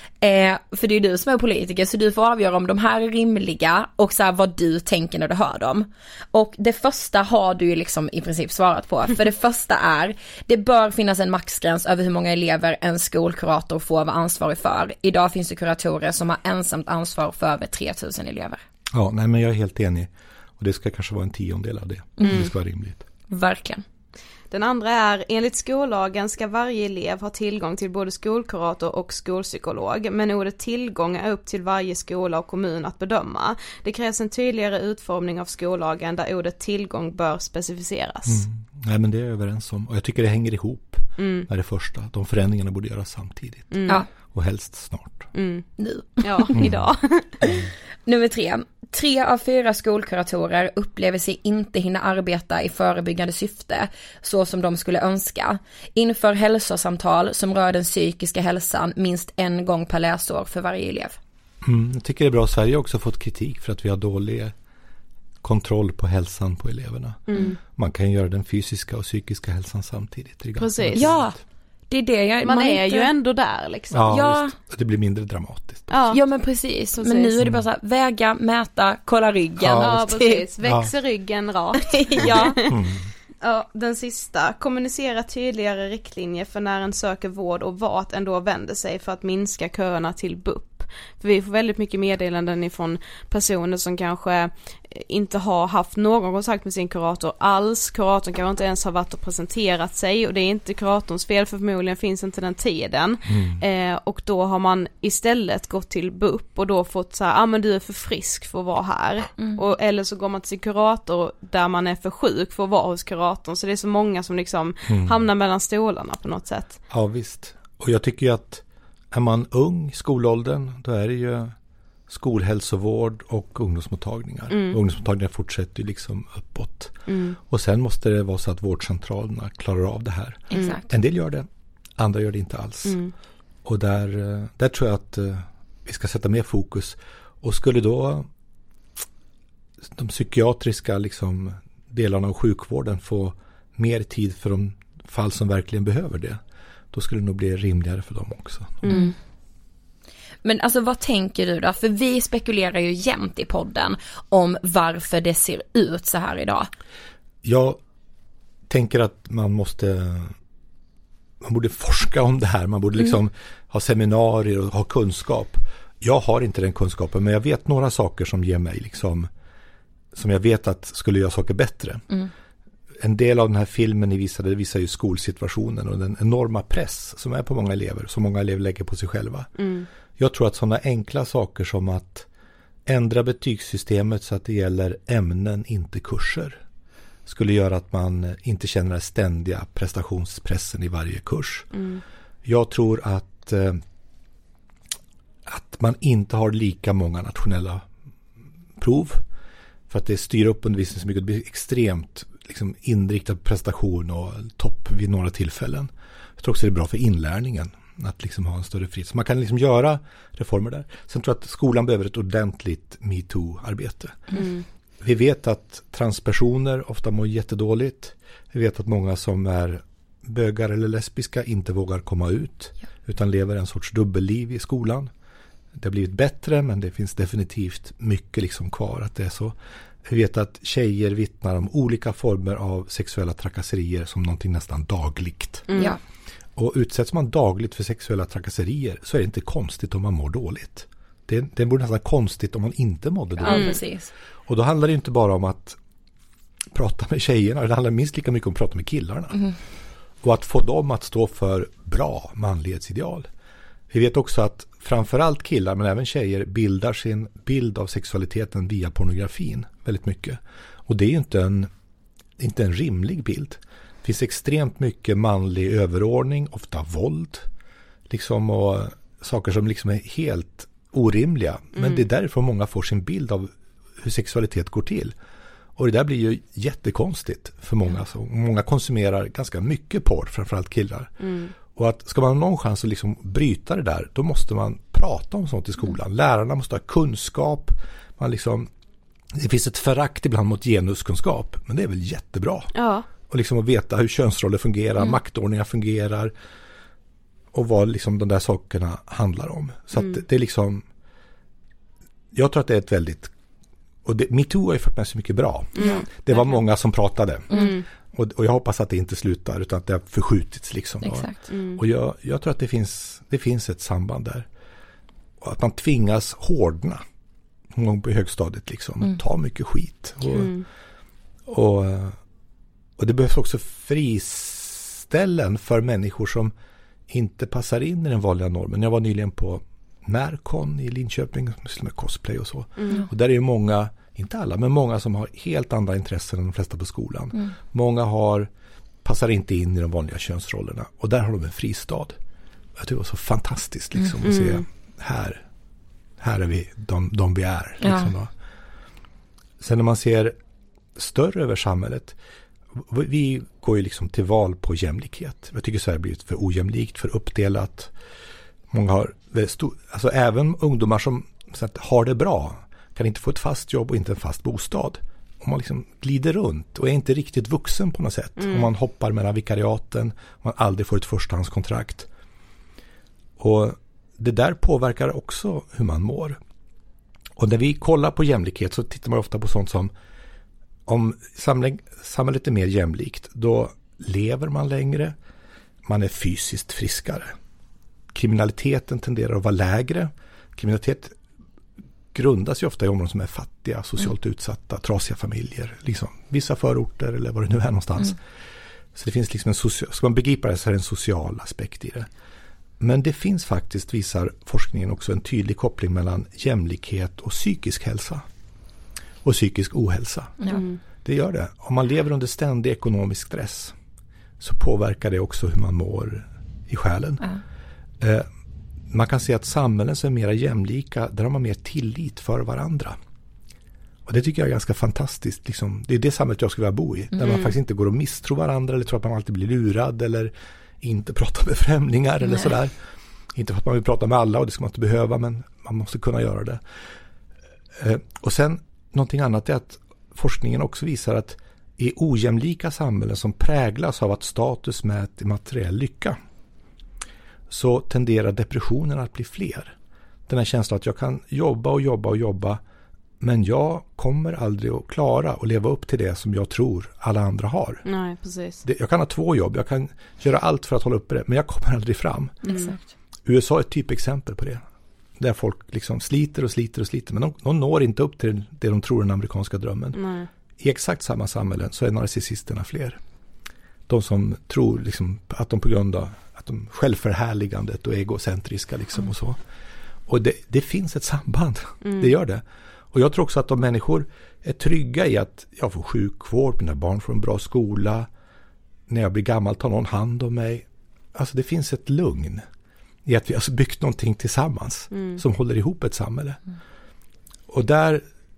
För det är du som är politiker, så du får avgöra om de här är rimliga och så här, vad du tänker när du hör dem. Och det första har du ju liksom i princip svarat på. För det första är, det bör finnas en maxgräns över hur många elever en skolkurator får vara ansvarig för. Idag finns det kuratorer som har ensamt ansvar för över 3000 elever. Ja, nej, men jag är helt enig. Och det ska kanske vara en 10:e av det. Det ska vara rimligt. Verkligen. Den andra är, enligt skollagen ska varje elev ha tillgång till både skolkurator och skolpsykolog, men ordet tillgång är upp till varje skola och kommun att bedöma. Det krävs en tydligare utformning av skollagen där ordet tillgång bör specificeras. Nej, men det är jag överens om. Och jag tycker det hänger ihop med det första. De förändringarna borde göras samtidigt. Ja. Och helst snart. Nu. Ja, idag. Nummer 3. 3 av 4 skolkuratorer upplever sig inte hinna arbeta i förebyggande syfte så som de skulle önska. Inför hälsosamtal som rör den psykiska hälsan minst 1 gång per läsår för varje elev. Jag tycker det är bra. Sverige har också fått kritik för att vi har dålig kontroll på hälsan på eleverna. Man kan göra den fysiska och psykiska hälsan samtidigt. Precis. Ja. Det är det man är ju ändå där liksom. Ja. Det blir mindre dramatiskt. Ja, men precis. Men nu är det bara så här, väga, mäta, kolla ryggen. Ja, precis. Växer ryggen rakt. Ja. Ja, den sista. Kommunicera tydligare riktlinjer för när en söker vård och vart en då vänder sig för att minska köerna till BUP. För vi får väldigt mycket meddelanden ifrån personer som kanske inte har haft någon kontakt med sin kurator alls. Kuratorn kanske inte ens har varit och presenterat sig, och det är inte kuratorns fel, för förmodligen finns inte den tiden. Och då har man istället gått till BUP och då fått så här, men du är för frisk för att vara här. Eller så går man till sin kurator där man är för sjuk för att vara hos kuratorn. Så det är så många som liksom hamnar mellan stolarna på något sätt. Ja, visst. Och jag tycker ju att är man ung, skolåldern, då är det ju skolhälsovård och ungdomsmottagningar. Ungdomsmottagningar fortsätter ju liksom uppåt. Och sen måste det vara så att vårdcentralerna klarar av det här. En del gör det, andra gör det inte alls. Och där tror jag att vi ska sätta mer fokus. Och skulle då de psykiatriska liksom, delarna av sjukvården få mer tid för de fall som verkligen behöver det, då skulle det nog bli rimligare för dem också. Men alltså vad tänker du då? För vi spekulerar ju jämt i podden om varför det ser ut så här idag. Jag tänker att man borde forska om det här. Man borde liksom ha seminarier och ha kunskap. Jag har inte den kunskapen, men jag vet några saker som ger mig liksom, som jag vet att skulle göra saker bättre. En del av den här filmen ni visar ju skolsituationen och den enorma press som är på många elever, som många elever lägger på sig själva. Jag tror att sådana enkla saker som att ändra betygssystemet så att det gäller ämnen, inte kurser. Skulle göra att man inte känner den ständiga prestationspressen i varje kurs. Jag tror att man inte har lika många nationella prov för att det styr upp undervisningen så mycket. Det blir extremt liksom, inriktad på prestation och topp vid några tillfällen. Jag tror också det är bra för inlärningen att liksom ha en större frihet. Så man kan liksom göra reformer där. Sen tror jag att skolan behöver ett ordentligt MeToo-arbete. Vi vet att transpersoner ofta mår jättedåligt. Vi vet att många som är bögar eller lesbiska inte vågar komma ut utan lever en sorts dubbelliv i skolan. Det har blivit bättre, men det finns definitivt mycket liksom kvar att det är så. Vi vet att tjejer vittnar om olika former av sexuella trakasserier som någonting nästan dagligt. Ja. Och utsätts man dagligt för sexuella trakasserier så är det inte konstigt om man mår dåligt. Det vore nästan konstigt om man inte mådde dåligt. Ja, precis. Och då handlar det inte bara om att prata med tjejerna, det handlar minst lika mycket om att prata med killarna. Och att få dem att stå för bra manlighetsideal. Vi vet också att framförallt killar men även tjejer bildar sin bild av sexualiteten via pornografin väldigt mycket. Och det är ju inte en rimlig bild. Det finns extremt mycket manlig överordning, ofta våld liksom, och saker som liksom är helt orimliga. Men det är därför många får sin bild av hur sexualitet går till. Och det där blir ju jättekonstigt för många. Så många konsumerar ganska mycket porr, framförallt killar. Och att ska man ha någon chans att liksom bryta det där, då måste man prata om sånt i skolan. Lärarna måste ha kunskap. Det finns ett förakt ibland mot genuskunskap, men det är väl jättebra. Ja. Och liksom att veta hur könsroller fungerar, maktordningar fungerar och vad liksom de där sakerna handlar om. Så att det är liksom, jag tror att det är ett väldigt, och MeToo har ju fått med så mycket bra. Det var många som pratade. Och jag hoppas att det inte slutar utan att det har förskjutits liksom. Exakt. Och jag tror att det finns ett samband där. Och att man tvingas hårdna någon gång på högstadiet liksom. Ta mycket skit. Och det behövs också friställen för människor som inte passar in i den vanliga normen. Jag var nyligen på Närcon i Linköping med cosplay och så. Och där är ju många, inte alla, men många som har helt andra intressen än de flesta på skolan. Många passar inte in i de vanliga könsrollerna. Och där har de en fristad. Jag tycker det var så fantastiskt liksom, att se här är vi de vi är. Liksom, sen när man ser större över samhället, vi går ju liksom till val på jämlikhet. Jag tycker Sverige har blivit för ojämlikt, för uppdelat. Många har alltså även ungdomar som har det bra kan inte få ett fast jobb och inte en fast bostad. Om man liksom glider runt och är inte riktigt vuxen på något sätt. Om man hoppar mellan vikariaten, man aldrig får ett förstahandskontrakt. Och det där påverkar också hur man mår. Och när vi kollar på jämlikhet så tittar man ofta på sånt som om samhället är mer jämlikt, då lever man längre, man är fysiskt friskare. Kriminaliteten tenderar att vara lägre. Kriminalitet grundas ju ofta i områden som är fattiga, socialt utsatta, trasiga familjer. Liksom, vissa förorter eller vad det nu är någonstans. Så det finns liksom ska man begripa det så är det en social aspekt i det. Men det finns faktiskt, visar forskningen också, en tydlig koppling mellan jämlikhet och psykisk hälsa. Och psykisk ohälsa. Det gör det. Om man lever under ständig ekonomisk stress så påverkar det också hur man mår i själen. Man kan se att samhällen som är mer jämlika, där har man mer tillit för varandra. Och det tycker jag är ganska fantastiskt. Liksom. Det är det samhället jag skulle vilja bo i. Där man faktiskt inte går och misstror varandra eller tror att man alltid blir lurad eller inte pratar med främlingar eller sådär. Inte för att man vill prata med alla och det ska man inte behöva, men man måste kunna göra det. Och sen någonting annat är att forskningen också visar att i ojämlika samhällen som präglas av att status mäter materiell lycka, så tenderar depressionen att bli fler. Den här känslan att jag kan jobba, men jag kommer aldrig att klara och leva upp till det som jag tror alla andra har. Nej, precis. Jag kan ha 2 jobb, jag kan göra allt för att hålla uppe det, men jag kommer aldrig fram. Exakt. USA är ett typexempel på det. Där folk liksom sliter, men de når inte upp till det de tror är den amerikanska drömmen. Nej. I exakt samma samhällen så är narcissisterna fler. De som tror liksom att de på grund av att de självförhärligandet och egocentriska liksom och så. Och det finns ett samband. Det gör det. Och jag tror också att om människor är trygga i att jag får sjukvård, mina barn får en bra skola, när jag blir gammal tar någon hand om mig. Alltså det finns ett lugn i att vi har byggt någonting tillsammans som håller ihop ett samhälle. Och där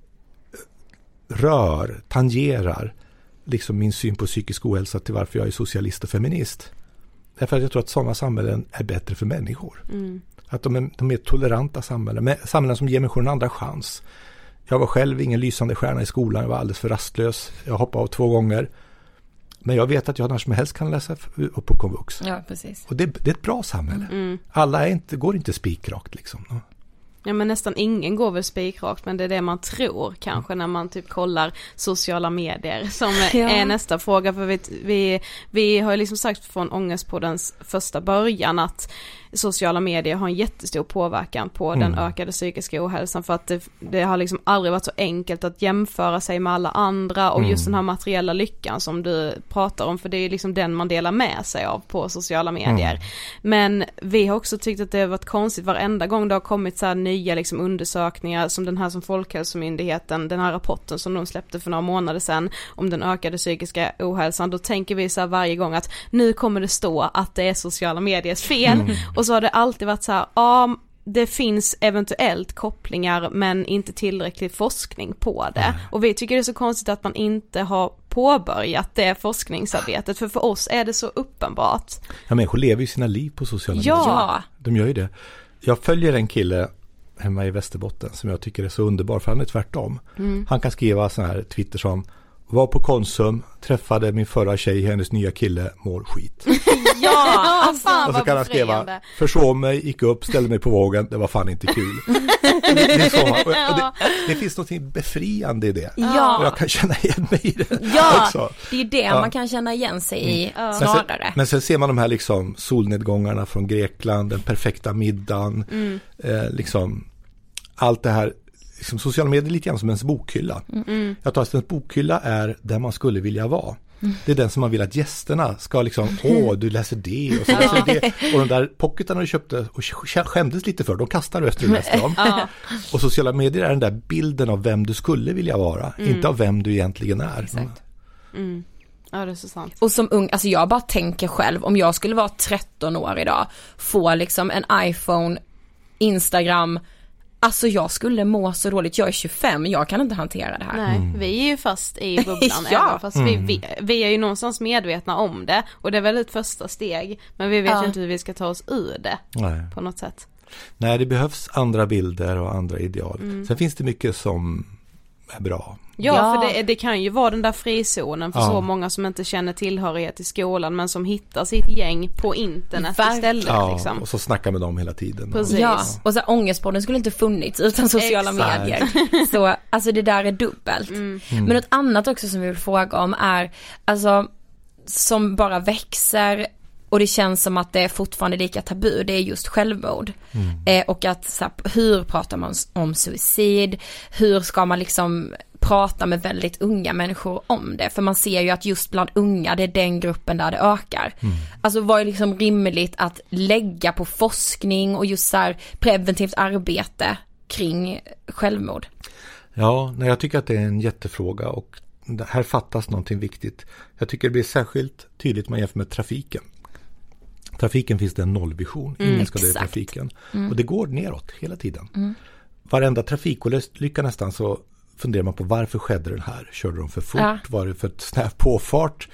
tangerar liksom min syn på psykisk ohälsa till varför jag är socialist och feminist. Därför att jag tror att sådana samhällen är bättre för människor. Att de är toleranta samhällen som ger människor en andra chans. Jag var själv ingen lysande stjärna i skolan, jag var alldeles för rastlös. Jag hoppade av 2 gånger. Men jag vet att jag när som helst kan läsa upp på komvux. Ja, precis. Och det är ett bra samhälle. Alla går inte spikrakt liksom. Ja, men nästan ingen går väl spikrakt, men det är det man tror kanske när man typ kollar sociala medier som är nästa fråga. För vi har ju liksom sagt från Ångestpoddens första början att sociala medier har en jättestor påverkan på den ökade psykiska ohälsan, för att det har liksom aldrig varit så enkelt att jämföra sig med alla andra och just den här materiella lyckan som du pratar om, för det är liksom den man delar med sig av på sociala medier. Men vi har också tyckt att det har varit konstigt varenda gång det har kommit så här nya liksom undersökningar som den här som Folkhälsomyndigheten, den här rapporten som de släppte för några månader sedan om den ökade psykiska ohälsan, då tänker vi så här varje gång att nu kommer det stå att det är sociala mediers fel. Och så har det alltid varit så här, det finns eventuellt kopplingar men inte tillräcklig forskning på det. Och vi tycker det är så konstigt att man inte har påbörjat det forskningsarbetet, för oss är det så uppenbart. Ja, människor lever ju sina liv på sociala medier. Ja. De gör ju det. Jag följer en kille hemma i Västerbotten som jag tycker är så underbar, för han är tvärtom. Han kan skriva sån här Twitter som: var på Konsum, träffade min förra tjej, hennes nya kille, mår skit. Fan, och så kan han skriva: försov mig, gick upp, ställde mig på vågen, det var fan inte kul. Det finns något befriande i det. Ja. Och jag kan känna igen mig i det också. Det är det man kan känna igen sig i snarare. Men sen ser man de här liksom solnedgångarna från Grekland, den perfekta middagen, liksom allt det här. Liksom sociala medier är lite grann som ens bokhylla. Jag tror att en bokhylla är där man skulle vilja vara. Det är den som man vill att gästerna ska liksom, du läser det och så läser det. Och de där pocketarna du köpte och skämdes lite för, de kastar du efter du läste dem. Och sociala medier är den där bilden av vem du skulle vilja vara, inte av vem du egentligen är. Exakt. Ja, det är så sant. Och som ung, alltså jag bara tänker själv, om jag skulle vara 13 år idag, få liksom en iPhone, Instagram. Alltså jag skulle må så dåligt. Jag är 25, jag kan inte hantera det här. Nej, vi är ju fast i bubblan. Även fast vi är ju någonstans medvetna om det. Och det är väl ett första steg. Men vi vet ju inte hur vi ska ta oss ur det. På något sätt. Nej, det behövs andra bilder och andra ideal. Sen finns det mycket som är bra. Ja, för det kan ju vara den där frizonen för så många som inte känner tillhörighet i skolan, men som hittar sitt gäng på internet istället. Liksom. Och så snackar med dem hela tiden. Precis. Ja, och så Ångestpodden skulle inte funnits utan sociala medier. Så alltså det där är dubbelt. Men något annat också som vi vill fråga om är, alltså som bara växer och det känns som att det är fortfarande lika tabu, det är just självmord. Och att så här, hur pratar man om suicid? Hur ska man liksom prata med väldigt unga människor om det? För man ser ju att just bland unga, det är den gruppen där det ökar. Alltså vad är liksom rimligt att lägga på forskning och just så här preventivt arbete kring självmord? Ja, jag tycker att det är en jättefråga och här fattas någonting viktigt. Jag tycker det blir särskilt tydligt man jämför med trafiken. Trafiken finns det en nollvision. Ingen ska dö i trafiken. Och det går neråt hela tiden. Varenda trafikolycka nästan så funderar man på varför skedde den här. Körde de för fort? Var det för snäv påfart?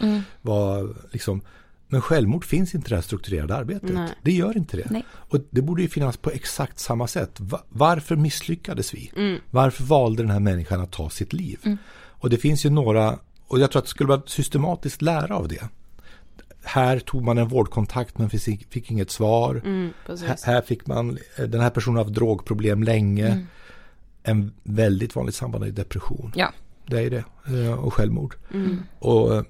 Men självmord finns inte i det här strukturerade arbetet. Nej. Det gör inte det. Nej. Och det borde ju finnas på exakt samma sätt. Varför misslyckades vi? Varför valde den här människan att ta sitt liv? Och det finns ju några, och jag tror att det skulle vara systematiskt lära av det. Här tog man en vårdkontakt men fick inget svar. Här fick man, den här personen har haft drogproblem länge. En väldigt vanligt samband är depression. Ja. Det är det. Och självmord. Och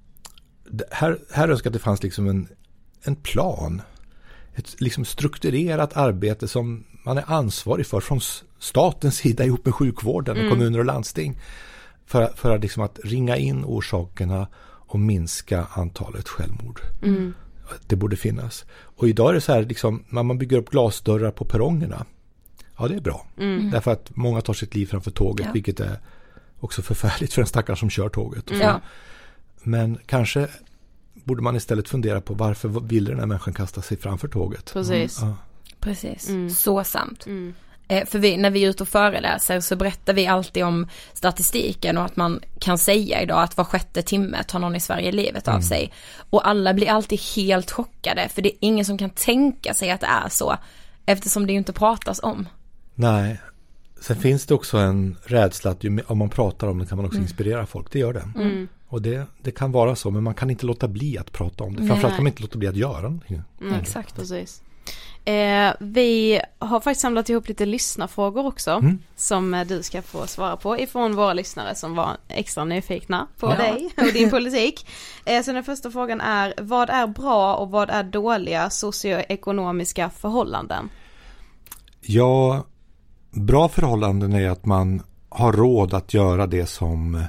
här önskar att det fanns liksom en plan. Ett liksom strukturerat arbete som man är ansvarig för från statens sida ihop med sjukvården och kommuner och landsting. För att, liksom att ringa in orsakerna och minska antalet självmord. Det borde finnas. Och idag är det så här, liksom, när man bygger upp glasdörrar på perrongerna. Ja, det är bra. Därför att många tar sitt liv framför tåget, vilket är också förfärligt för en stackare som kör tåget. Men kanske borde man istället fundera på varför vill den här människan kasta sig framför tåget. Precis. Precis, så sant. För när vi är ute och föreläser så berättar vi alltid om statistiken och att man kan säga idag att var 6:e timme tar någon i Sverige livet av sig. Och alla blir alltid helt chockade, för det är ingen som kan tänka sig att det är så, eftersom det ju inte pratas om. Nej, sen finns det också en rädsla att om man pratar om det kan man också inspirera folk, det gör det. Och det kan vara så, men man kan inte låta bli att prata om det. Framförallt kan man inte låta bli att göra någonting. Exakt, precis. Vi har faktiskt samlat ihop lite lyssnarfrågor också som du ska få svara på ifrån våra lyssnare som var extra nyfikna på dig och din politik. Så den första frågan är: vad är bra och vad är dåliga socioekonomiska förhållanden? Ja, bra förhållanden är att man har råd att göra det som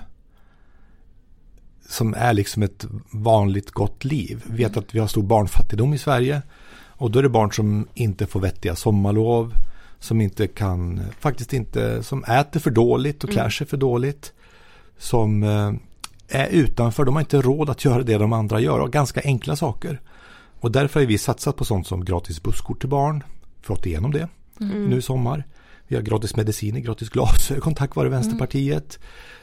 är liksom ett vanligt gott liv. Vi vet att vi har stor barnfattigdom i Sverige. Och då är det barn som inte får vettiga sommarlov, som inte kan, faktiskt inte, som äter för dåligt och klär sig för dåligt, som är utanför, de har inte råd att göra det de andra gör, och ganska enkla saker. Och därför har vi satsat på sånt som gratis busskort till barn, fått igenom det nu i sommar. Vi har gratis mediciner, gratis glasögon tack vare Vänsterpartiet.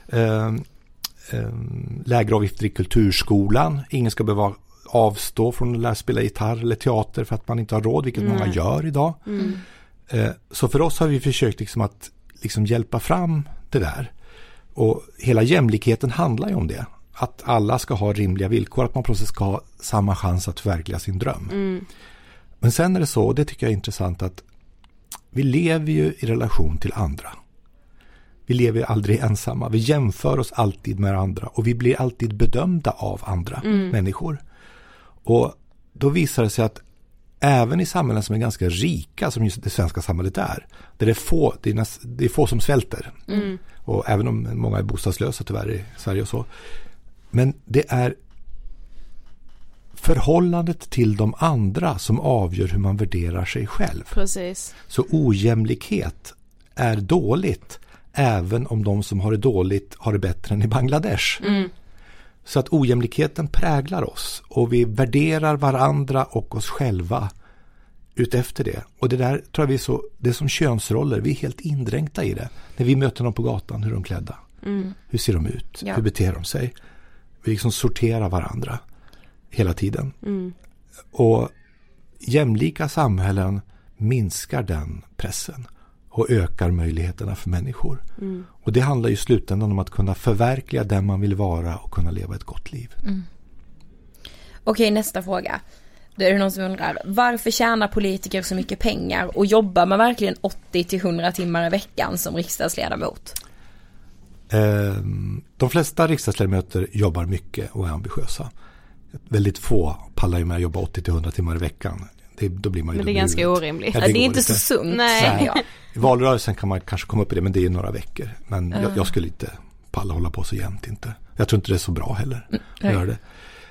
Lägre avgifter i kulturskolan, ingen ska behöva avstå från att lära spela gitarr eller teater för att man inte har råd, vilket många gör idag. Så för oss har vi försökt liksom att liksom hjälpa fram det där. Och hela jämlikheten handlar ju om det. Att alla ska ha rimliga villkor, att man plötsligt ska ha samma chans att förverkliga sin dröm. Men sen är det så, och det tycker jag är intressant, att vi lever ju i relation till andra. Vi lever aldrig ensamma. Vi jämför oss alltid med andra och vi blir alltid bedömda av andra människor. Och då visar det sig att även i samhällen som är ganska rika, som just det svenska samhället är, där det är få som svälter. Och även om många är bostadslösa tyvärr i Sverige och så. Men det är förhållandet till de andra som avgör hur man värderar sig själv. Precis. Så ojämlikhet är dåligt, även om de som har det dåligt har det bättre än i Bangladesh. Så att ojämlikheten präglar oss och vi värderar varandra och oss själva utefter det. Och det där tror jag det är som könsroller, vi är helt indränkta i det. När vi möter dem på gatan, hur är de klädda? Hur ser de ut? Hur beter de sig? Vi liksom sorterar varandra hela tiden. Och jämlika samhällen minskar den pressen och ökar möjligheterna för människor. Och det handlar ju i slutändan om att kunna förverkliga den man vill vara och kunna leva ett gott liv. Okej, nästa fråga. Då är det någon som undrar: varför tjänar politiker så mycket pengar och jobbar man verkligen 80-100 timmar i veckan som riksdagsledamot? De flesta riksdagsledamöter jobbar mycket och är ambitiösa. Väldigt få pallar ju med att jobba 80-100 timmar i veckan. Då blir man ju. Men det är ganska orimligt. Ja, det är inte så sunt. Nej. I valrörelsen kan man kanske komma upp i det, men det är ju några veckor. Men jag skulle inte palla hålla på så jämt inte. Jag tror inte det är så bra heller att göra det.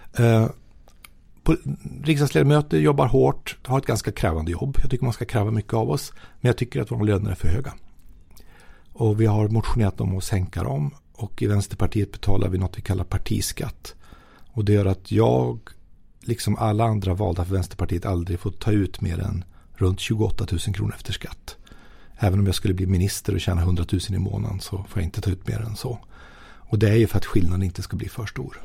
Riksdagsledamöter jobbar hårt, har ett ganska krävande jobb. Jag tycker man ska kräva mycket av oss, men jag tycker att våra löner är för höga. Och vi har motionerat om att sänka dem, och i Vänsterpartiet betalar vi något vi kallar partiskatt. Och det gör att jag, liksom alla andra valda för Vänsterpartiet, aldrig får ta ut mer än runt 28 000 kronor efter skatt. Även om jag skulle bli minister och tjäna 100 000 i månaden så får jag inte ta ut mer än så. Och det är ju för att skillnaden inte ska bli för stor.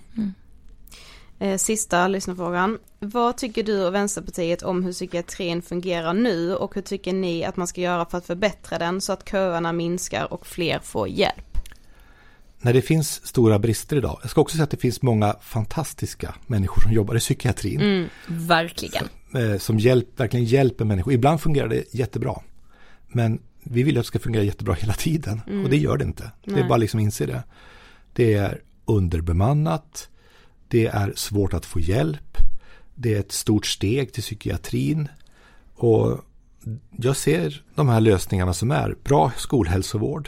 Sista lyssnarfrågan. Vad tycker du och Vänsterpartiet om hur psykiatrin fungerar nu, och hur tycker ni att man ska göra för att förbättra den så att köerna minskar och fler får hjälp? När det finns stora brister idag. Jag ska också säga att det finns många fantastiska människor som jobbar i psykiatrin. Verkligen. Som verkligen hjälper människor. Ibland fungerar det jättebra. Men vi vill att det ska fungera jättebra hela tiden. Och det gör det inte. Det är bara liksom inse det. Det är underbemannat. Det är svårt att få hjälp. Det är ett stort steg till psykiatrin. Och jag ser de här lösningarna som är bra skolhälsovård.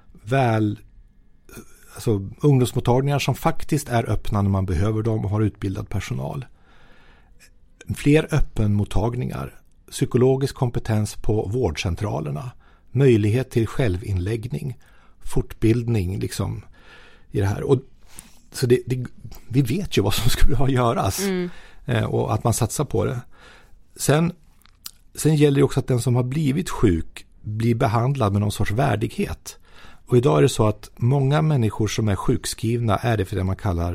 Alltså ungdomsmottagningar som faktiskt är öppna när man behöver dem och har utbildad personal. Fler öppenmottagningar psykologisk kompetens på vårdcentralerna, möjlighet till självinläggning, fortbildning liksom i det här. Och så vi vet ju vad som skulle ha göras och att man satsar på det. Sen gäller det också att den som har blivit sjuk blir behandlad med någon sorts värdighet. Och idag är det så att många människor som är sjukskrivna är det för det man kallar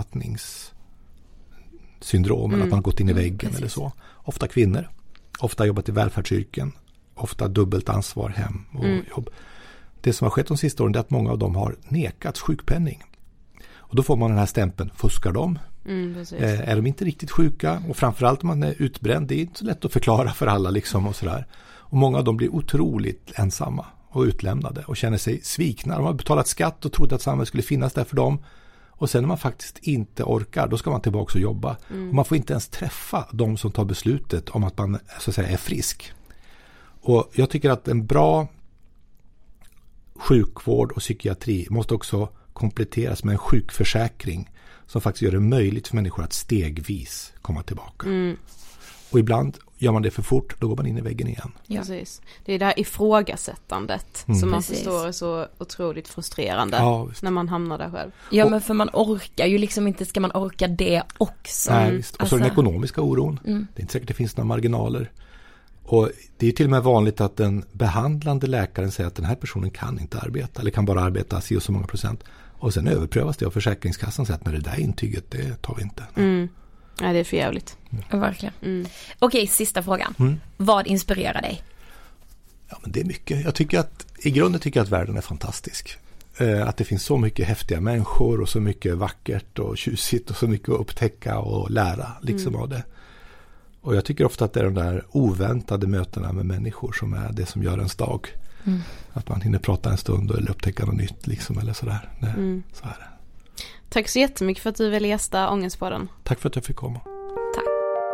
utmattningssyndrom, eller att man har gått in i väggen eller så. Ofta kvinnor, ofta jobbat i välfärdsyrken, ofta dubbelt ansvar hem och jobb. Det som har skett de sista åren är att många av dem har nekats sjukpenning. Och då får man den här stämpeln, fuskar de? Är de inte riktigt sjuka? Och framförallt om man är utbränd, det är inte så lätt att förklara för alla liksom och sådär. Och många av dem blir otroligt ensamma och utlämnade och känner sig svikna. De har betalat skatt och trodde att samhället skulle finnas där för dem. Och sen när man faktiskt inte orkar, då ska man tillbaka och jobba. Och man får inte ens träffa de som tar beslutet om att man så att säga är frisk. Och jag tycker att en bra sjukvård och psykiatri måste också kompletteras med en sjukförsäkring som faktiskt gör det möjligt för människor att stegvis komma tillbaka. Och ibland gör man det för fort, då går man in i väggen igen. Ja. Precis. Det är det här ifrågasättandet som man förstår är så otroligt frustrerande när man hamnar där själv. Ja, men för man orkar ju liksom inte, ska man orka det också? Nej, visst. Och så den ekonomiska oron. Det är inte säkert det finns några marginaler. Och det är till och med vanligt att den behandlande läkaren säger att den här personen kan inte arbeta eller kan bara arbeta si och så många procent. Och sen överprövas det av Försäkringskassan och säger att med det där intyget, det tar vi inte. Ja, det är för jävligt. Verkligen. Okej, sista frågan. Vad inspirerar dig? Ja, men det är mycket. I grunden tycker jag att världen är fantastisk. Att det finns så mycket häftiga människor och så mycket vackert och tjusigt och så mycket att upptäcka och lära liksom av det. Och jag tycker ofta att det är de där oväntade mötena med människor som är det som gör ens dag. Att man hinner prata en stund eller upptäcka något nytt liksom, eller sådär. Så är det. Tack så jättemycket för att du ville gästa Ångestpodden. Tack för att jag fick komma. Tack.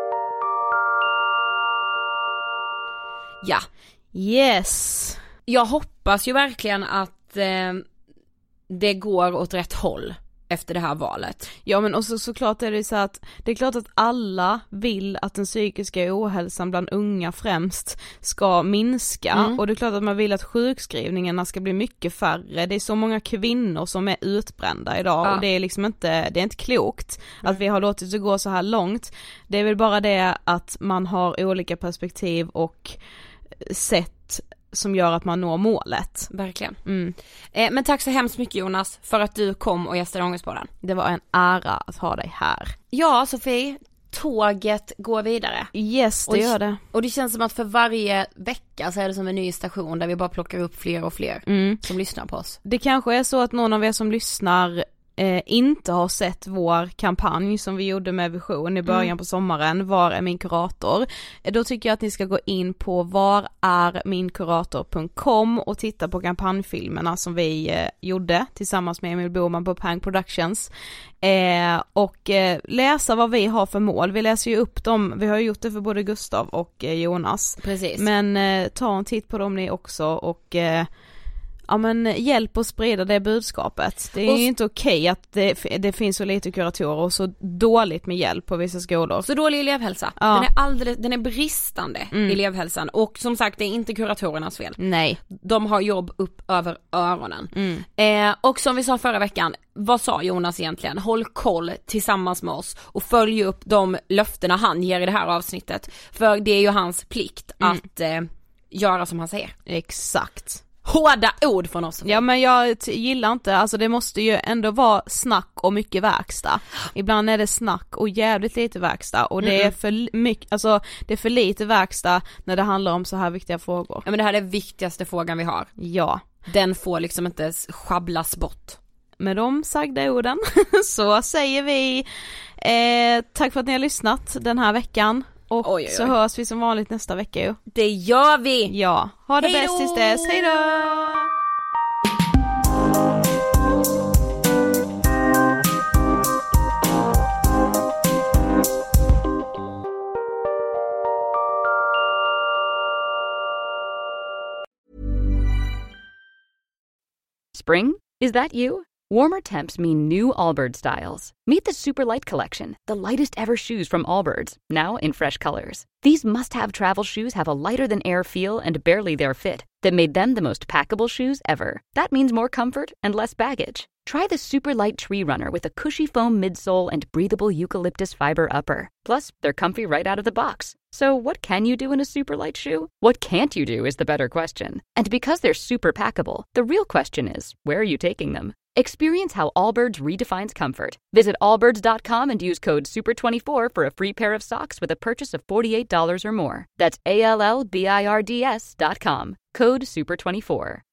Ja. Yes. Jag hoppas ju verkligen att det går åt rätt håll efter det här valet. Ja, men och såklart är det så att det är klart att alla vill att den psykiska ohälsan bland unga främst ska minska, och det är klart att man vill att sjukskrivningarna ska bli mycket färre. Det är så många kvinnor som är utbrända idag och det är liksom inte, det är inte klokt att vi har låtit det gå så här långt. Det är väl bara det att man har olika perspektiv och sätt som gör att man når målet. Verkligen. Men tack så hemskt mycket, Jonas, för att du kom och gästade Ångestpodden. Det var en ära att ha dig här. Ja, Sofie, tåget går vidare. Yes, det gör det. Och det känns som att för varje vecka så är det som en ny station där vi bara plockar upp fler och fler som lyssnar på oss. Det kanske är så att någon av er som lyssnar inte har sett vår kampanj som vi gjorde med Vision i början på sommaren, Var är min kurator? Då tycker jag att ni ska gå in på vararminkurator.com och titta på kampanjfilmerna som vi gjorde tillsammans med Emil Boman på Pang Productions och läsa vad vi har för mål. Vi läser ju upp dem, vi har gjort det för både Gustav och Jonas. Precis. Men ta en titt på dem ni också och ja, men hjälp att sprida det budskapet. Det är ju inte okej att det finns så lite kuratorer och så dåligt med hjälp på vissa skolor. Så dålig elevhälsa. Ja. Den är bristande elevhälsan. Och som sagt, det är inte kuratorernas fel. Nej. De har jobb upp över öronen. Och som vi sa förra veckan, vad sa Jonas egentligen? Håll koll tillsammans med oss och följ upp de löftena han ger i det här avsnittet. För det är ju hans plikt att göra som han säger. Exakt. Hårda ord från oss. Ja, men jag gillar inte, alltså det måste ju ändå vara snack och mycket verkstad. Ibland är det snack och jävligt lite verkstad och det är för mycket, alltså det är för lite verkstad när det handlar om så här viktiga frågor. Ja, men det här är den viktigaste frågan vi har. Ja. Den får liksom inte schabblas bort. Med de sagda orden så säger vi tack för att ni har lyssnat den här veckan. Och så hörs vi som vanligt nästa vecka ju. Det gör vi! Ja, ha det bäst tills dess. Hej då! Spring? Is that you? Warmer temps mean new Allbirds styles. Meet the Superlight Collection, the lightest ever shoes from Allbirds, now in fresh colors. These must-have travel shoes have a lighter-than-air feel and barely their fit that made them the most packable shoes ever. That means more comfort and less baggage. Try the Superlight Tree Runner with a cushy foam midsole and breathable eucalyptus fiber upper. Plus, they're comfy right out of the box. So what can you do in a Superlight shoe? What can't you do is the better question. And because they're super packable, the real question is, where are you taking them? Experience how Allbirds redefines comfort. Visit allbirds.com and use code SUPER24 for a free pair of socks with a purchase of $48 or more. That's ALLBIRDS.com. Code SUPER24.